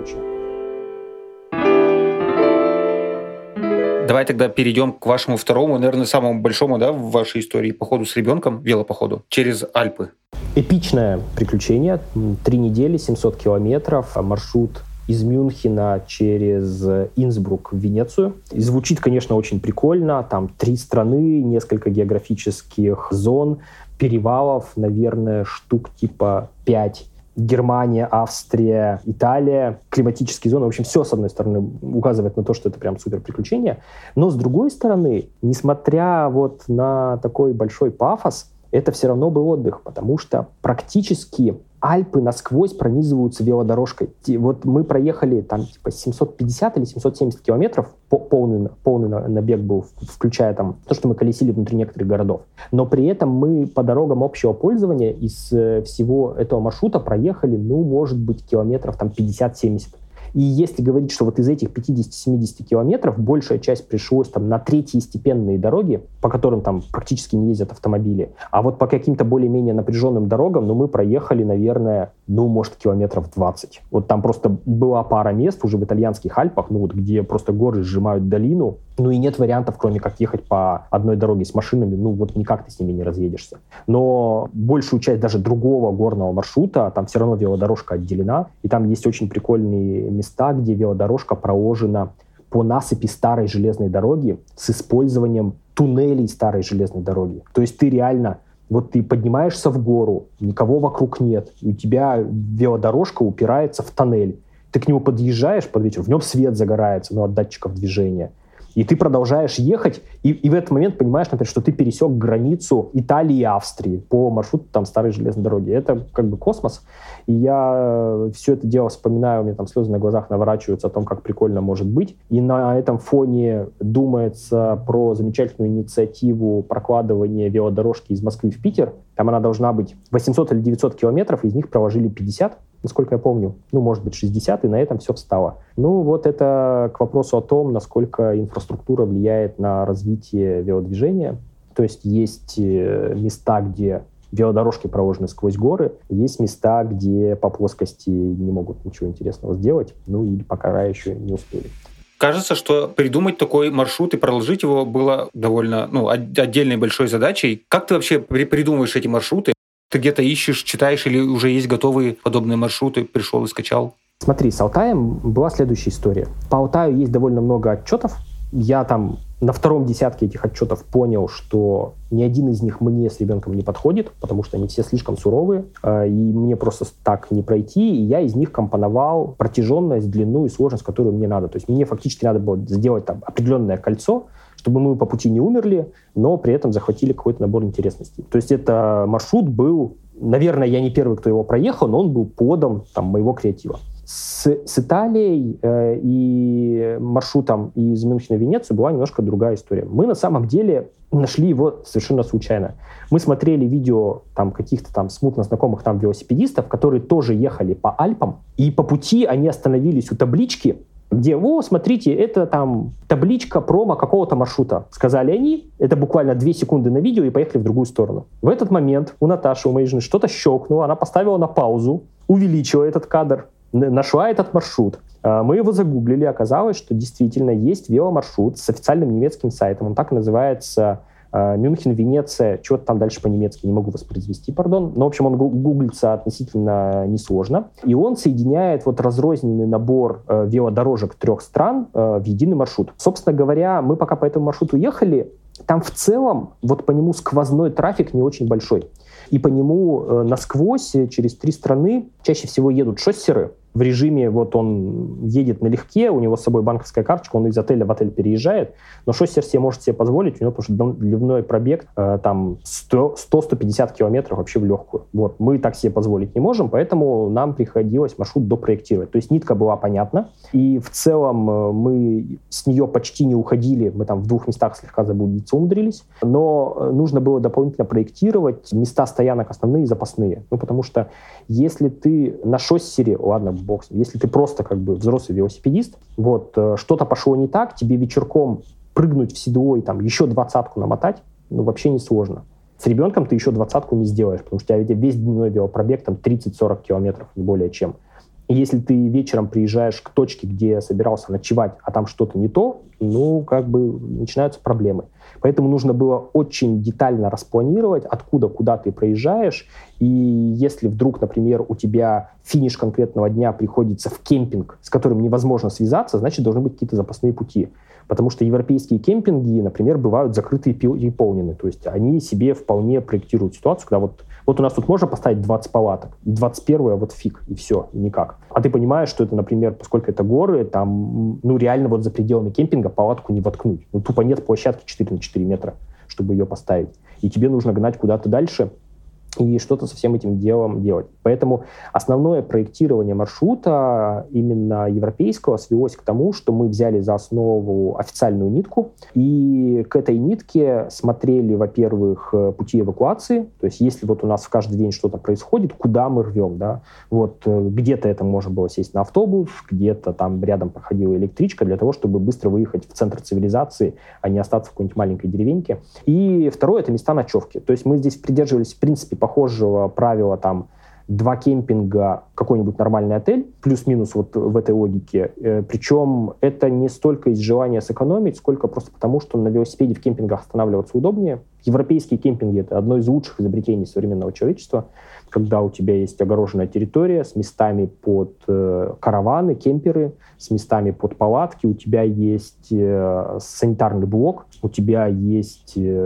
Давай тогда перейдем к вашему второму, наверное, самому большому, да, в вашей истории походу с ребенком, велопоходу через Альпы.
Эпичное приключение. 3 недели, 700 километров. Маршрут из Мюнхена через Инсбрук в Венецию. И звучит, конечно, очень прикольно. Там 3 страны, несколько географических зон, перевалов, наверное, штук типа 5. Германия, Австрия, Италия, климатические зоны. В общем, все, с одной стороны, указывает на то, что это прям супер приключение. Но, с другой стороны, несмотря вот на такой большой пафос, это все равно был отдых, потому что практически Альпы насквозь пронизываются велодорожкой. Вот мы проехали там типа 750 или 770 километров, полный набег был, включая там то, что мы колесили внутри некоторых городов. Но при этом мы по дорогам общего пользования из всего этого маршрута проехали, может быть, километров там 50-70. И если говорить, что вот из этих 50-70 километров большая часть пришлось там на третьестепенные дороги, по которым там практически не ездят автомобили, а вот по каким-то более-менее напряженным дорогам, мы проехали, наверное, может, километров 20. Вот там просто была пара мест уже в итальянских Альпах, где просто горы сжимают долину, и нет вариантов, кроме как ехать по одной дороге с машинами, никак ты с ними не разъедешься. Но большую часть даже другого горного маршрута, там все равно велодорожка отделена, и там есть очень прикольные места, где велодорожка проложена по насыпи старой железной дороги с использованием туннелей старой железной дороги. То есть ты реально Вот ты поднимаешься в гору, никого вокруг нет, и у тебя велодорожка упирается в тоннель. Ты к нему подъезжаешь под вечер, в нем свет загорается, от датчиков движения. И ты продолжаешь ехать, и в этот момент понимаешь, например, что ты пересек границу Италии и Австрии по маршруту там старой железной дороги. Это как бы космос. И я все это дело вспоминаю, у меня там слезы на глазах наворачиваются о том, как прикольно может быть. И на этом фоне думается про замечательную инициативу прокладывания велодорожки из Москвы в Питер. Там она должна быть 800 или 900 километров, из них проложили 50, насколько я помню, может быть, 60, и на этом все встало. Вот это к вопросу о том, насколько инфраструктура влияет на развитие велодвижения. То есть места, где велодорожки проложены сквозь горы, есть места, где по плоскости не могут ничего интересного сделать, или пока еще не успели.
Кажется, что придумать такой маршрут и проложить его было довольно отдельной большой задачей. Как ты вообще придумываешь эти маршруты? Ты где-то ищешь, читаешь, или уже есть готовые подобные маршруты, пришел и скачал?
Смотри, с Алтаем была следующая история. По Алтаю есть довольно много отчетов. Я там на втором десятке этих отчетов понял, что ни один из них мне с ребенком не подходит, потому что они все слишком суровые, и мне просто так не пройти, и я из них компоновал протяженность, длину и сложность, которую мне надо. То есть мне фактически надо было сделать там определенное кольцо, чтобы мы по пути не умерли, но при этом захватили какой-то набор интересностей. То есть это маршрут был, наверное, я не первый, кто его проехал, но он был плодом моего креатива. С Италией и маршрутом из Мюнхена в Венецию была немножко другая история. Мы на самом деле нашли его совершенно случайно. Мы смотрели видео каких-то смутно знакомых нам велосипедистов, которые тоже ехали по Альпам, и по пути они остановились у таблички, где, смотрите, это табличка промо какого-то маршрута. Сказали они, это буквально 2 секунды на видео, и поехали в другую сторону. В этот момент у Наташи, у моей жены, что-то щелкнуло, она поставила на паузу, увеличила этот кадр, нашла этот маршрут. Мы его загуглили, оказалось, что действительно есть веломаршрут с официальным немецким сайтом. Он так и называется Мюнхен, Венеция, чего-то там дальше по-немецки, не могу воспроизвести, пардон. Но, в общем, он гуглится относительно несложно. И он соединяет разрозненный набор велодорожек 3 стран в единый маршрут. Собственно говоря, мы пока по этому маршруту ехали, там в целом по нему сквозной трафик не очень большой. И по нему насквозь через 3 страны чаще всего едут шоссеры. В режиме он едет налегке, у него с собой банковская карточка, он из отеля в отель переезжает, но шоссер себе может себе позволить, у него потому что дневной пробег 100-150 километров вообще в легкую. Мы так себе позволить не можем, поэтому нам приходилось маршрут допроектировать. То есть нитка была понятна, и в целом мы с нее почти не уходили, мы в 2 местах слегка заблудиться умудрились, но нужно было дополнительно проектировать места стоянок основные и запасные. Потому что если ты на шоссере, ладно, бог с ним, если ты просто взрослый велосипедист, что-то пошло не так, тебе вечерком прыгнуть в седло и еще 20-ку намотать, вообще не сложно. С ребенком ты еще 20-ку не сделаешь, потому что у тебя весь дневной велопробег 30-40 километров, не более чем. И если ты вечером приезжаешь к точке, где собирался ночевать, а там что-то не то, начинаются проблемы. Поэтому нужно было очень детально распланировать, откуда, куда ты проезжаешь. И если вдруг, например, у тебя финиш конкретного дня приходится в кемпинг, с которым невозможно связаться, значит, должны быть какие-то запасные пути. Потому что европейские кемпинги, например, бывают закрыты и переполнены. То есть они себе вполне проектируют ситуацию, когда у нас тут можно поставить 20 палаток, и 21-е фиг, и все, и никак. А ты понимаешь, что это, например, поскольку это горы, там, реально за пределами кемпинга палатку не воткнуть. Тупо нет площадки 4 на 4 метра, чтобы ее поставить. И тебе нужно гнать куда-то дальше и что-то со всем этим делом делать. Поэтому основное проектирование маршрута именно европейского свелось к тому, что мы взяли за основу официальную нитку, и к этой нитке смотрели, во-первых, пути эвакуации, то есть если у нас в каждый день что-то происходит, куда мы рвем, да? Где-то это можно было сесть на автобус, где-то там рядом проходила электричка для того, чтобы быстро выехать в центр цивилизации, а не остаться в какой-нибудь маленькой деревеньке. И второе — это места ночевки. То есть мы здесь придерживались, в принципе, похожего правила 2 кемпинга, какой-нибудь нормальный отель, плюс-минус в этой логике. Причем это не столько из желания сэкономить, сколько просто потому, что на велосипеде в кемпингах останавливаться удобнее. Европейские кемпинги — это одно из лучших изобретений современного человечества, когда у тебя есть огороженная территория с местами под караваны, кемперы, с местами под палатки, у тебя есть санитарный блок, у тебя есть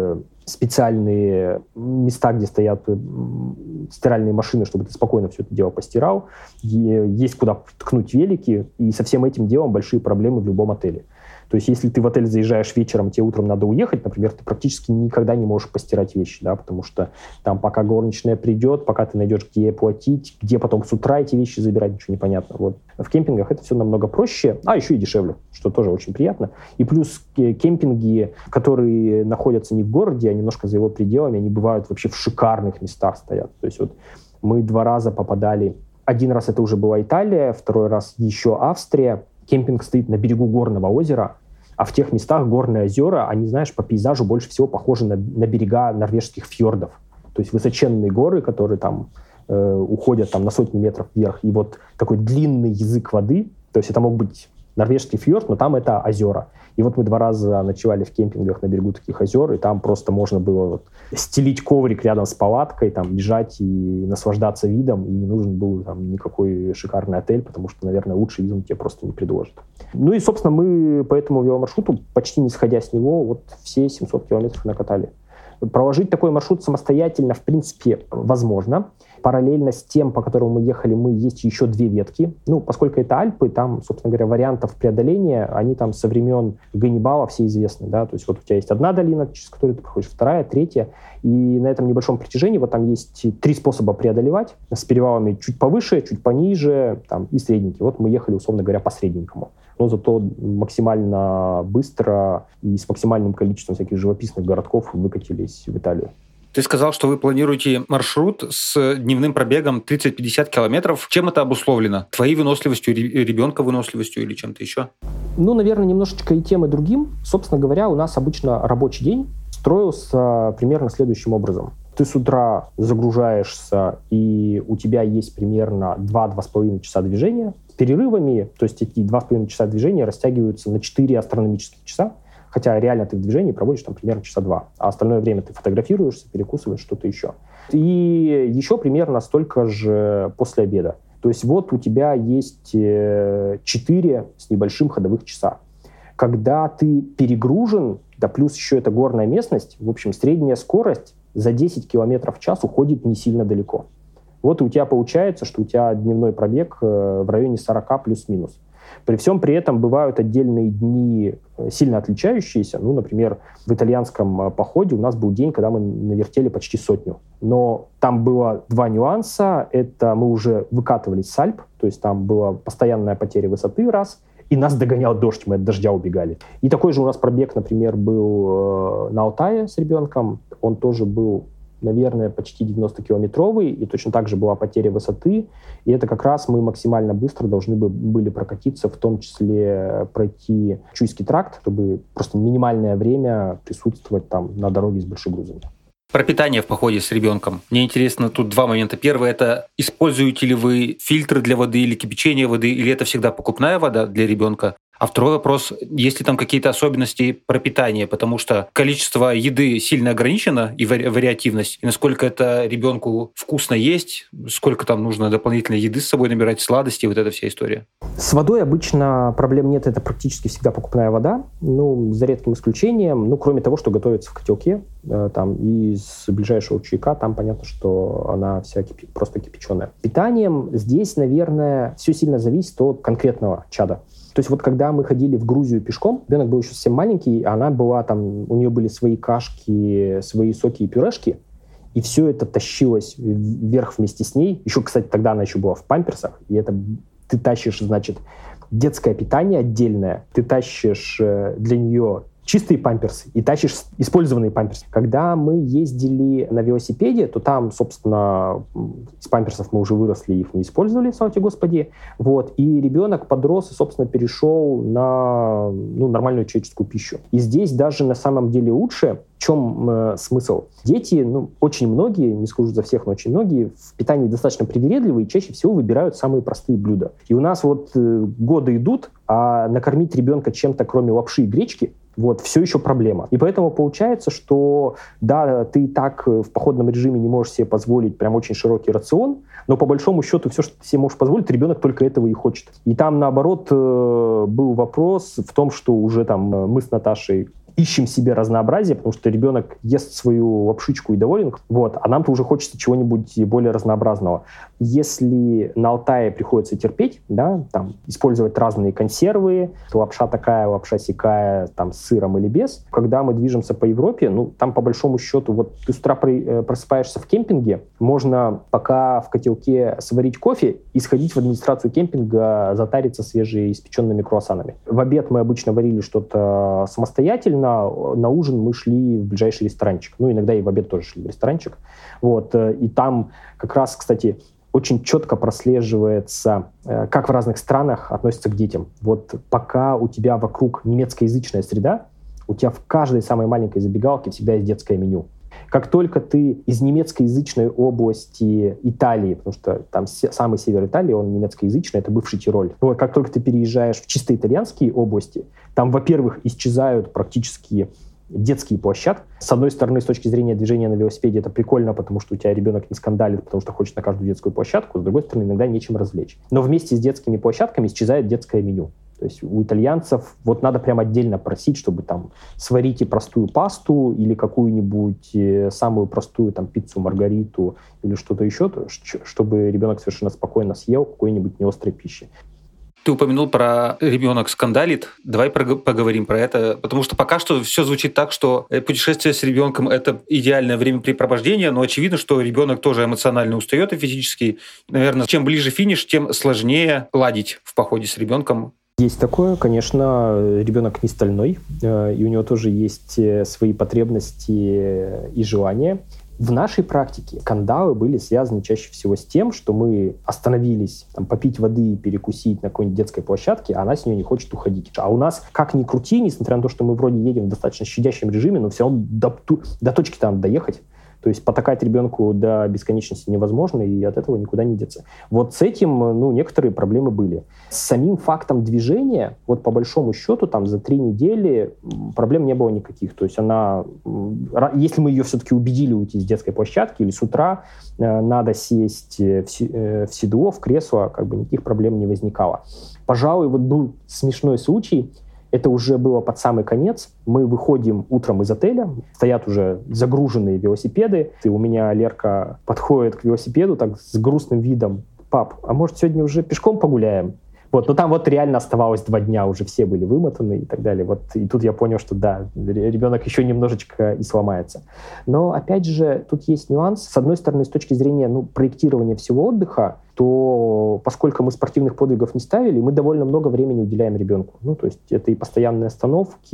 специальные места, где стоят стиральные машины, чтобы ты спокойно все это дело постирал. Есть куда ткнуть велики, и со всем этим делом большие проблемы в любом отеле. То есть если ты в отель заезжаешь вечером, тебе утром надо уехать, например, ты практически никогда не можешь постирать вещи, да, потому что там пока горничная придет, пока ты найдешь, где платить, где потом с утра эти вещи забирать, ничего не понятно. Вот. В кемпингах это все намного проще, а еще и дешевле, что тоже очень приятно. И плюс кемпинги, которые находятся не в городе, а немножко за его пределами, они бывают вообще в шикарных местах стоят. То есть вот мы 2 раза попадали. Один раз это уже была Италия, второй раз еще Австрия. Кемпинг стоит на берегу горного озера, а в тех местах горные озера, они, знаешь, по пейзажу больше всего похожи на берега норвежских фьордов. То есть высоченные горы, которые там уходят там, на сотни метров вверх, и вот такой длинный язык воды. То есть это мог быть норвежский фьорд, но там это озера. И вот мы 2 раза ночевали в кемпингах на берегу таких озер, и там просто можно было вот стелить коврик рядом с палаткой, там лежать и наслаждаться видом, и не нужен был там никакой шикарный отель, потому что, наверное, лучший вид он тебе просто не предложит. Ну и, собственно, мы по этому веломаршруту, почти не сходя с него, вот все 700 километров накатали. Проложить такой маршрут самостоятельно, в принципе, возможно. Параллельно с тем, по которому мы ехали, есть еще 2 ветки. Ну, поскольку это Альпы, там, собственно говоря, вариантов преодоления, они там со времен Ганнибала все известны, да, то есть вот у тебя есть одна долина, через которую ты проходишь, вторая, третья, и на этом небольшом протяжении вот там есть 3 способа преодолевать, с перевалами чуть повыше, чуть пониже, там, и средненькие. Вот мы ехали, условно говоря, по средненькому, но зато максимально быстро и с максимальным количеством всяких живописных городков выкатились в Италию.
Ты сказал, что вы планируете маршрут с дневным пробегом 30-50 километров. Чем это обусловлено? Твоей выносливостью, ребенка выносливостью или чем-то еще?
Ну, наверное, немножечко и тем, и другим. Собственно говоря, у нас обычно рабочий день строился примерно следующим образом. Ты с утра загружаешься, и у тебя есть примерно 2-2,5 часа движения с перерывами. То есть эти 2,5 часа движения растягиваются на 4 астрономических часа. Хотя реально ты в движении проводишь там примерно часа 2, а остальное время ты фотографируешься, перекусываешь, что-то еще. И еще примерно столько же после обеда. То есть вот у тебя есть 4 с небольшим ходовых часа. Когда ты перегружен, да плюс еще это горная местность, в общем, средняя скорость за 10 километров в час уходит не сильно далеко. Вот у тебя получается, что у тебя дневной пробег в районе 40 плюс-минус. При всем при этом бывают отдельные дни сильно отличающиеся. Ну, например, в итальянском походе у нас был день, когда мы навертели почти 100. Но там было 2 нюанса. Это мы уже выкатывались с Альп, то есть там была постоянная потеря высоты раз, и нас догонял дождь, мы от дождя убегали. И такой же у нас пробег, например, был на Алтае с ребенком. Он тоже был, наверное, почти 90-километровый, и точно так же была потеря высоты, и это как раз мы максимально быстро должны были прокатиться, в том числе пройти Чуйский тракт, чтобы просто минимальное время присутствовать там на дороге с большегрузами.
Про питание в походе с ребенком. Мне интересно тут 2 момента. Первый – это используете ли вы фильтры для воды или кипячение воды, или это всегда покупная вода для ребенка? А второй вопрос, есть ли там какие-то особенности про питание, потому что количество еды сильно ограничено и вариативность, и насколько это ребенку вкусно есть, сколько там нужно дополнительной еды с собой набирать, сладости, вот эта вся история.
С водой обычно проблем нет, это практически всегда покупная вода, ну, за редким исключением, ну, кроме того, что готовится в котелке, там, и с ближайшего чайка, там понятно, что она вся просто кипяченая. Питанием здесь, наверное, все сильно зависит от конкретного чада. То есть вот когда мы ходили в Грузию пешком, ребенок был еще совсем маленький, она была там, у нее были свои кашки, свои соки и пюрешки, и все это тащилось вверх вместе с ней. Еще, кстати, тогда она еще была в памперсах, и это ты тащишь, значит, детское питание отдельное, ты тащишь для нее чистые памперсы и тащишь использованные памперсы. Когда мы ездили на велосипеде, то там, собственно, из памперсов мы уже выросли, их не использовали, слава тебе Господи. Вот. И ребенок подрос и, собственно, перешел на нормальную человеческую пищу. И здесь даже на самом деле лучше. В чем смысл? Дети, очень многие, не скажу за всех, но очень многие, в питании достаточно привередливые и чаще всего выбирают самые простые блюда. И у нас вот годы идут, а накормить ребенка чем-то, кроме лапши и гречки, все еще проблема. И поэтому получается, что да, ты так в походном режиме не можешь себе позволить прям очень широкий рацион, но по большому счету все, что ты себе можешь позволить, ребенок только этого и хочет. И там, наоборот, был вопрос в том, что уже там мы с Наташей ищем себе разнообразие, потому что ребенок ест свою лапшичку и доволен, а нам-то уже хочется чего-нибудь более разнообразного. Если на Алтае приходится терпеть, использовать разные консервы, лапша такая, лапша сякая, с сыром или без, когда мы движемся по Европе, там по большому счету, ты с утра просыпаешься в кемпинге, можно пока в котелке сварить кофе и сходить в администрацию кемпинга, затариться свежеиспеченными круассанами. В обед мы обычно варили что-то самостоятельно, на ужин мы шли в ближайший ресторанчик. Иногда и в обед тоже шли в ресторанчик. И там как раз, кстати, очень четко прослеживается, как в разных странах относятся к детям. Пока у тебя вокруг немецкоязычная среда, у тебя в каждой самой маленькой забегалке всегда есть детское меню. Как только ты из немецкоязычной области Италии, потому что там самый север Италии, он немецкоязычный, это бывший Тироль. Как только ты переезжаешь в чисто итальянские области, там, во-первых, исчезают практически детские площадки. С одной стороны, с точки зрения движения на велосипеде, это прикольно, потому что у тебя ребенок не скандалит, потому что хочет на каждую детскую площадку. С другой стороны, иногда нечем развлечь. Но вместе с детскими площадками исчезает детское меню. То есть у итальянцев надо прям отдельно просить, чтобы сварите простую пасту или какую-нибудь самую простую пиццу, маргариту или что-то еще, чтобы ребенок совершенно спокойно съел какой-нибудь неострой пищи.
Ты упомянул про «ребенок скандалит». Давай поговорим про это, потому что пока что все звучит так, что путешествие с ребенком – это идеальное времяпрепровождение, но очевидно, что ребенок тоже эмоционально устает и физически. Наверное, чем ближе финиш, тем сложнее ладить в походе с ребенком.
Есть такое, конечно, ребенок не стальной, и у него тоже есть свои потребности и желания. В нашей практике скандалы были связаны чаще всего с тем, что мы остановились попить воды и перекусить на какой-нибудь детской площадке, а она с нее не хочет уходить. А у нас, как ни крути, несмотря на то, что мы вроде едем в достаточно щадящем режиме, но все равно до точки-то надо доехать. То есть потакать ребенку до бесконечности невозможно, и от этого никуда не деться. С этим, некоторые проблемы были. С самим фактом движения, по большому счету, за 3 недели проблем не было никаких. То есть если мы ее все-таки убедили уйти с детской площадки, или с утра надо сесть в седло, в кресло, никаких проблем не возникало. Пожалуй, был смешной случай. Это уже было под самый конец. Мы выходим утром из отеля, стоят уже загруженные велосипеды. И у меня Лерка подходит к велосипеду с грустным видом. «Пап, а может, сегодня уже пешком погуляем?» Но там реально оставалось 2 дня, уже все были вымотаны и так далее. И тут я понял, что да, ребенок еще немножечко и сломается. Но, опять же, тут есть нюанс. С одной стороны, с точки зрения проектирования всего отдыха, то поскольку мы спортивных подвигов не ставили, мы довольно много времени уделяем ребенку. То есть это и постоянные остановки,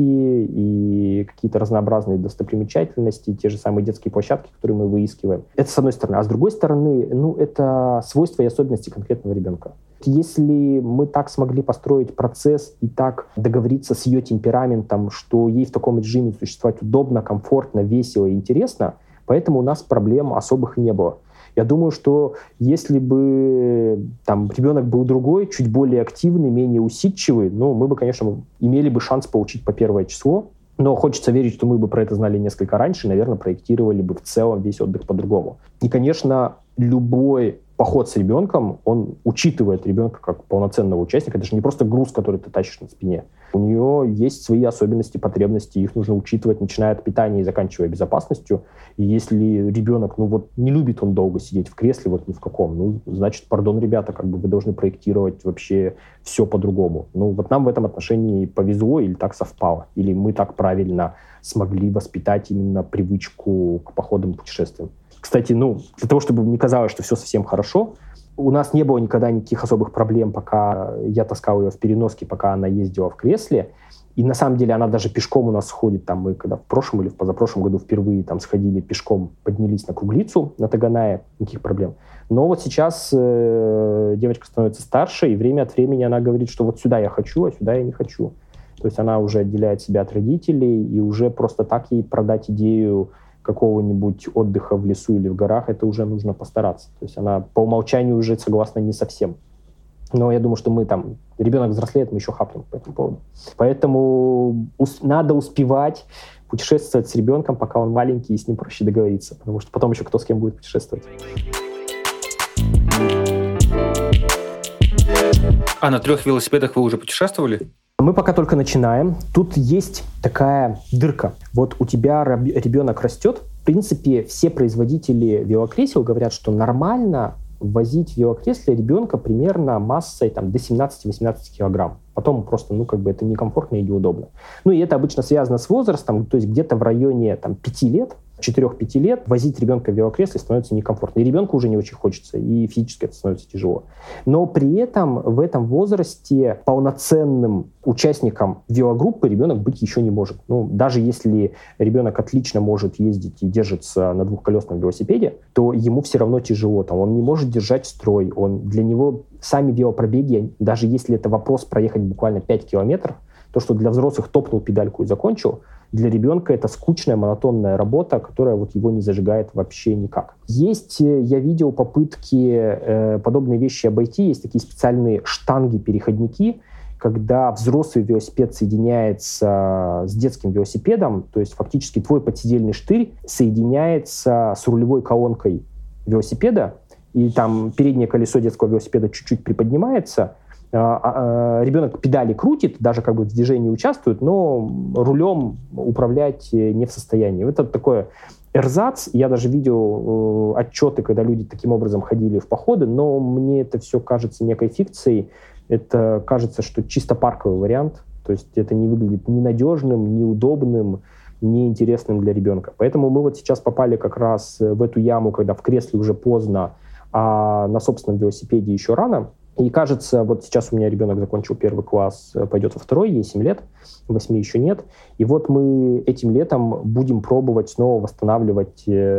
и какие-то разнообразные достопримечательности, те же самые детские площадки, которые мы выискиваем. Это с одной стороны. А с другой стороны, это свойства и особенности конкретного ребенка. Если мы так смогли построить процесс и так договориться с ее темпераментом, что ей в таком режиме существовать удобно, комфортно, весело и интересно, поэтому у нас проблем особых не было. Я думаю, что если бы ребенок был другой, чуть более активный, менее усидчивый, мы бы, конечно, имели бы шанс получить по 1 число. Но хочется верить, что мы бы про это знали несколько раньше, и, наверное, проектировали бы в целом весь отдых по-другому. И, конечно, любой поход с ребенком, он учитывает ребенка как полноценного участника. Это же не просто груз, который ты тащишь на спине. У него есть свои особенности, потребности, их нужно учитывать, начиная от питания и заканчивая безопасностью. И если ребенок, не любит он долго сидеть в кресле, ни в каком, значит, пардон, ребята, вы должны проектировать вообще все по-другому. Нам в этом отношении повезло или так совпало, или мы так правильно смогли воспитать именно привычку к походам и путешествиям. Кстати, для того, чтобы не казалось, что все совсем хорошо, у нас не было никогда никаких особых проблем, пока я таскал ее в переноске, пока она ездила в кресле. И на самом деле она даже пешком у нас ходит. Мы когда в прошлом или в позапрошлом году впервые сходили пешком, поднялись на Круглицу, на Таганае, никаких проблем. Но сейчас девочка становится старше, и время от времени она говорит, что сюда я хочу, а сюда я не хочу. То есть она уже отделяет себя от родителей, и уже просто так ей продать идею какого-нибудь отдыха в лесу или в горах, это уже нужно постараться. То есть она по умолчанию уже согласна не совсем. Но я думаю, что мы ребенок взрослеет, мы еще хапнем по этому поводу. Поэтому надо успевать путешествовать с ребенком, пока он маленький, и с ним проще договориться, потому что потом еще кто с кем будет путешествовать.
А на 3 велосипедах вы уже путешествовали?
Мы пока только начинаем. Тут есть такая дырка. Вот у тебя ребенок растет. В принципе, все производители велокресел говорят, что нормально возить в велокресле ребенка примерно массой до 17-18 килограмм. Потом просто, это некомфортно и неудобно. И это обычно связано с возрастом, то есть где-то в районе 5 лет, 4-5 лет возить ребенка в велокресле становится некомфортно. И ребенку уже не очень хочется, и физически это становится тяжело. Но при этом в этом возрасте полноценным участником велогруппы ребенок быть еще не может. Даже если ребенок отлично может ездить и держится на двухколесном велосипеде, то ему все равно тяжело. Он не может держать строй. Для него сами велопробеги, даже если это вопрос проехать буквально 5 километров, то, что для взрослых топнул педальку и закончил, для ребенка это скучная, монотонная работа, которая его не зажигает вообще никак. Я видел попытки подобные вещи обойти. Есть такие специальные штанги-переходники, когда взрослый велосипед соединяется с детским велосипедом, то есть фактически твой подседельный штырь соединяется с рулевой колонкой велосипеда, и там переднее колесо детского велосипеда чуть-чуть приподнимается, ребенок педали крутит, даже в движении участвует, но рулем управлять не в состоянии. Это такое эрзац. Я даже видел отчеты, когда люди таким образом ходили в походы, но мне это все кажется некой фикцией. Это кажется, что чисто парковый вариант. То есть это не выглядит ни надежным, ни удобным, ни интересным для ребенка. Поэтому мы сейчас попали как раз в эту яму, когда в кресле уже поздно, а на собственном велосипеде еще рано. И кажется, сейчас у меня ребенок закончил 1 класс, пойдет во 2, ей 7 лет, 8 еще нет. И мы этим летом будем пробовать снова восстанавливать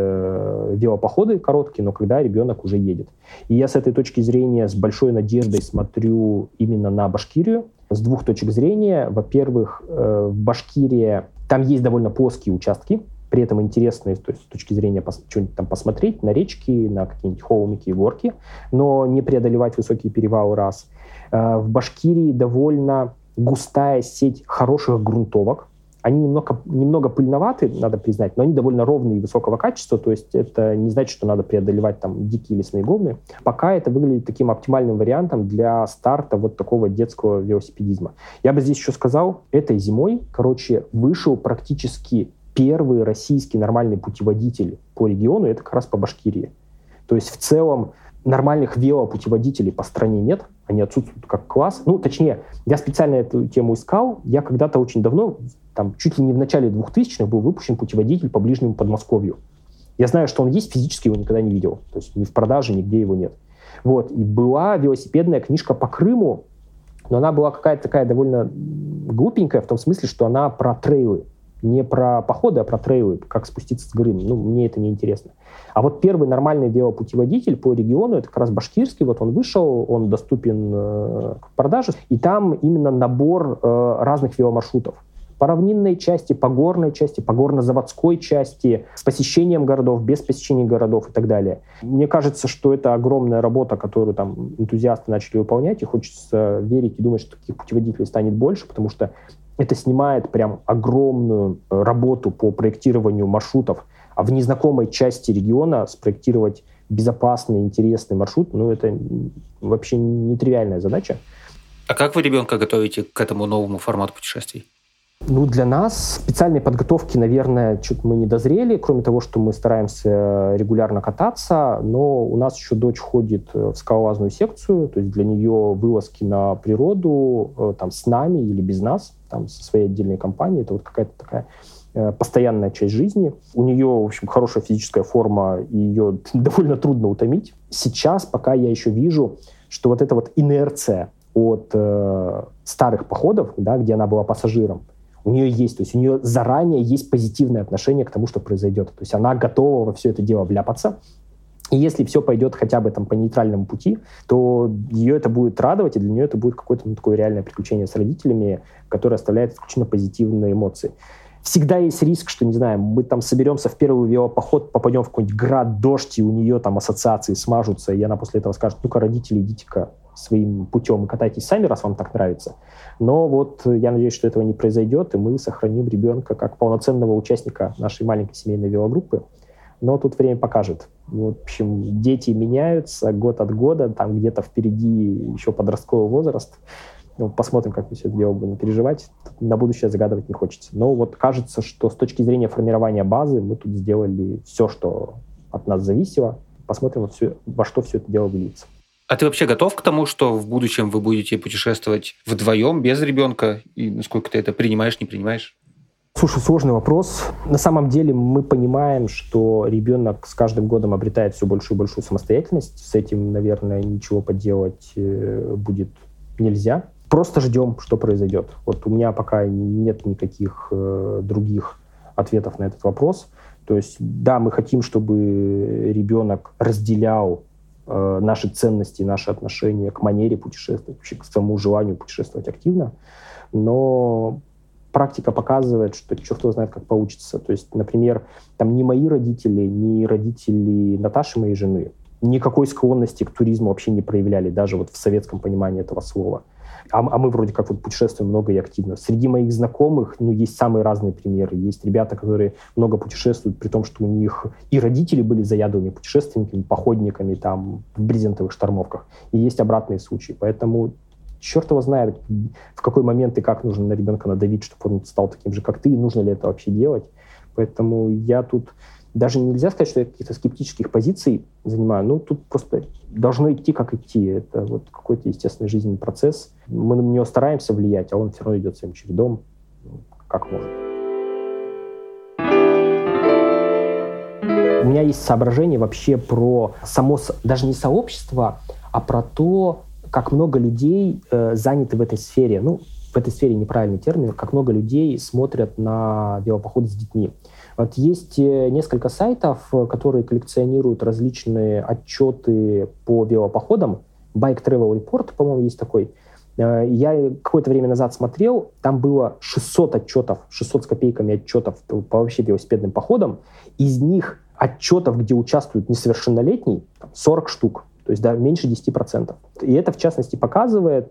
велопоходы короткие, но когда ребенок уже едет. И я с этой точки зрения с большой надеждой смотрю именно на Башкирию. С 2 точек зрения. Во-первых, в Башкирии там есть довольно плоские участки, при этом интересные, то есть с точки зрения что-нибудь там посмотреть, на речки, на какие-нибудь холмики и горки, но не преодолевать высокие перевалы раз. В Башкирии довольно густая сеть хороших грунтовок. Они немного пыльноваты, надо признать, но они довольно ровные и высокого качества, то есть это не значит, что надо преодолевать дикие лесные говны. Пока это выглядит таким оптимальным вариантом для старта такого детского велосипедизма. Я бы здесь еще сказал, этой зимой, вышел практически первый российский нормальный путеводитель по региону, это как раз по Башкирии. То есть в целом нормальных велопутеводителей по стране нет, они отсутствуют как класс. Точнее, я специально эту тему искал, я когда-то очень давно, чуть ли не в начале 2000-х был выпущен путеводитель по ближнему Подмосковью. Я знаю, что он есть, физически его никогда не видел, то есть ни в продаже, нигде его нет. И была велосипедная книжка по Крыму, но она была какая-то такая довольно глупенькая, в том смысле, что она про трейлы. Не про походы, а про трейлы, как спуститься с горы. Мне это не интересно. А первый нормальный велопутеводитель по региону, это как раз башкирский, он вышел, он доступен к продаже, и там именно набор разных веломаршрутов. По равнинной части, по горной части, по горно-заводской части, с посещением городов, без посещения городов и так далее. Мне кажется, что это огромная работа, которую энтузиасты начали выполнять, и хочется верить и думать, что таких путеводителей станет больше, потому что это снимает прям огромную работу по проектированию маршрутов. А в незнакомой части региона спроектировать безопасный, интересный маршрут, это вообще нетривиальная задача.
А как вы ребенка готовите к этому новому формату путешествий?
Для нас специальной подготовки, наверное, что-то мы не дозрели, кроме того, что мы стараемся регулярно кататься, но у нас еще дочь ходит в скалолазную секцию, то есть для нее вылазки на природу с нами или без нас, со своей отдельной компанией, это какая-то такая постоянная часть жизни. У нее, в общем, хорошая физическая форма, и ее довольно трудно утомить. Сейчас пока я еще вижу, что эта инерция от старых походов, где она была пассажиром, у нее есть, то есть у нее заранее есть позитивное отношение к тому, что произойдет. То есть она готова во все это дело вляпаться. И если все пойдет хотя бы по нейтральному пути, то ее это будет радовать, и для нее это будет какое-то такое реальное приключение с родителями, которое оставляет исключительно позитивные эмоции. Всегда есть риск, что, не знаю, мы соберемся в первый велопоход, попадем в какой-нибудь град, дождь, и у нее ассоциации смажутся, и она после этого скажет: ну-ка, родители, идите-ка своим путем и катайтесь сами, раз вам так нравится. Но я надеюсь, что этого не произойдет, и мы сохраним ребенка как полноценного участника нашей маленькой семейной велогруппы. Но тут время покажет. В общем, дети меняются год от года, там где-то впереди еще подростковый возраст. Ну, посмотрим, как мы все это дело будем переживать. На будущее загадывать не хочется. Но вот кажется, что с точки зрения формирования базы мы тут сделали все, что от нас зависело. Посмотрим, во что все это дело выльется.
А ты вообще готов к тому, что в будущем вы будете путешествовать вдвоем, без ребенка? И насколько ты это принимаешь, не принимаешь?
Слушай, сложный вопрос. На самом деле мы понимаем, что ребенок с каждым годом обретает все большую и большую самостоятельность. С этим, наверное, ничего поделать будет нельзя. Просто ждем, что произойдет. Вот у меня пока нет никаких других ответов на этот вопрос. То есть, да, мы хотим, чтобы ребенок разделял наши ценности, наши отношения к манере путешествовать, вообще к своему желанию путешествовать активно, но практика показывает, что черт его знает, как получится. То есть, например, там ни мои родители, ни родители Наташи, моей жены, никакой склонности к туризму вообще не проявляли, даже вот в советском понимании этого слова. А мы вроде как вот путешествуем много и активно. Среди моих знакомых, есть самые разные примеры. Есть ребята, которые много путешествуют, при том, что у них и родители были заядлыми путешественниками, походниками там, в брезентовых штормовках. И есть обратные случаи. Поэтому черт его знает, в какой момент и как нужно на ребенка надавить, чтобы он стал таким же, как ты, и нужно ли это вообще делать. Поэтому я тут... Даже нельзя сказать, что я каких-то скептических позиций занимаю. Тут просто должно идти, как идти. Это вот какой-то естественный жизненный процесс. Мы на него стараемся влиять, а он все равно идет своим чередом, как может. У меня есть соображение вообще про само, даже не сообщество, а про то, как много людей заняты в этой сфере. В этой сфере неправильный термин, как много людей смотрят на велопоходы с детьми. Вот есть несколько сайтов, которые коллекционируют различные отчеты по велопоходам. Bike Travel Report, по-моему, есть такой. Я какое-то время назад смотрел, там было 600 отчетов, 600 с копейками отчетов по вообще велосипедным походам. Из них отчетов, где участвуют несовершеннолетние, 40 штук. То есть, да, меньше 10%. И это, в частности, показывает,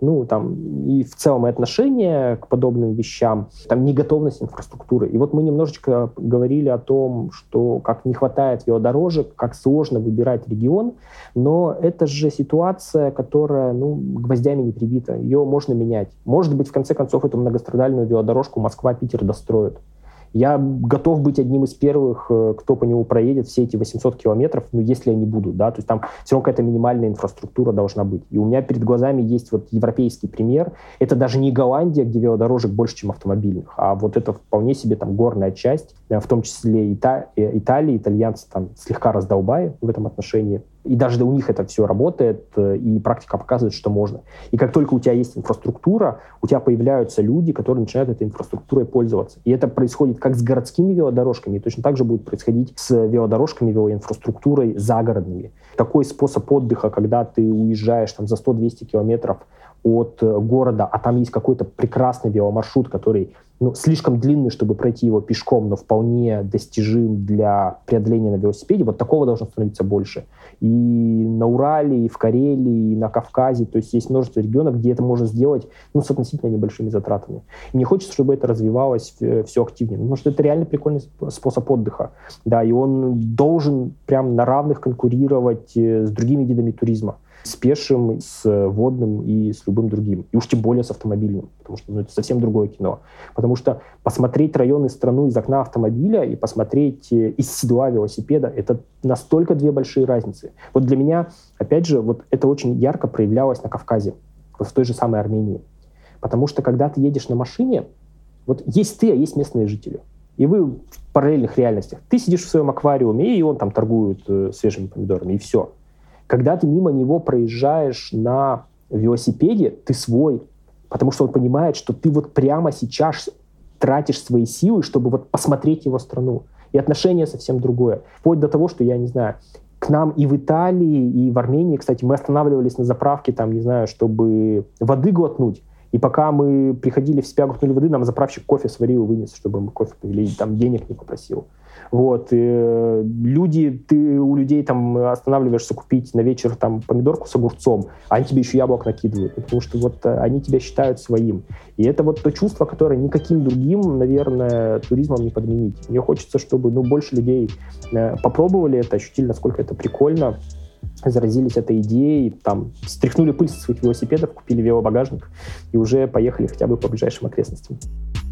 и в целом и отношение к подобным вещам, неготовность инфраструктуры. И вот мы немножечко говорили о том, что как не хватает велодорожек, как сложно выбирать регион, но это же ситуация, которая, гвоздями не прибита. Ее можно менять. Может быть, в конце концов, эту многострадальную велодорожку Москва-Питер достроят. Я готов быть одним из первых, кто по нему проедет все эти 800 километров, если они будут, да, то есть там все равно какая-то минимальная инфраструктура должна быть. И у меня перед глазами есть вот европейский пример. Это даже не Голландия, где велодорожек больше, чем автомобильных, а вот это вполне себе там горная часть, в том числе Италия, итальянцы там слегка раздолбая в этом отношении. И даже у них это все работает, и практика показывает, что можно. И как только у тебя есть инфраструктура, у тебя появляются люди, которые начинают этой инфраструктурой пользоваться. И это происходит как с городскими велодорожками, и точно так же будет происходить с велодорожками, велоинфраструктурой загородными. Такой способ отдыха, когда ты уезжаешь там, за 100-200 километров от города, а там есть какой-то прекрасный веломаршрут, который слишком длинный, чтобы пройти его пешком, но вполне достижим для преодоления на велосипеде. Вот такого должно становиться больше. И на Урале, и в Карелии, и на Кавказе. То есть есть множество регионов, где это можно сделать с относительно небольшими затратами. И мне хочется, чтобы это развивалось все активнее. Потому что это реально прикольный способ отдыха. Да, и он должен прям на равных конкурировать с другими видами туризма. С пешим, с водным и с любым другим. И уж тем более с автомобильным, потому что это совсем другое кино. Потому что посмотреть район и страну из окна автомобиля и посмотреть из седла велосипеда — это настолько две большие разницы. Вот для меня, опять же, вот это очень ярко проявлялось на Кавказе, вот в той же самой Армении. Потому что когда ты едешь на машине, вот есть ты, а есть местные жители. И вы в параллельных реальностях. Ты сидишь в своем аквариуме, и он там торгует свежими помидорами, и все. Когда ты мимо него проезжаешь на велосипеде, ты свой, потому что он понимает, что ты вот прямо сейчас тратишь свои силы, чтобы вот посмотреть его страну. И отношение совсем другое. Вплоть до того, что, я не знаю, к нам и в Италии, и в Армении, кстати, мы останавливались на заправке, там, не знаю, чтобы воды глотнуть. И пока мы приходили в себя, глотнули воды, нам заправщик кофе сварил и вынес, чтобы мы кофе повели, там денег не попросил. Вот. Ты у людей там останавливаешься купить на вечер там помидорку с огурцом, а они тебе еще яблок накидывают, потому что вот они тебя считают своим. И это вот то чувство, которое никаким другим, наверное, туризмом не подменить. Мне хочется, чтобы больше людей попробовали это, ощутили, насколько это прикольно. заразились этой идеей, там, стряхнули пыль со своих велосипедов, купили велобагажник и уже поехали хотя бы по ближайшим окрестностям.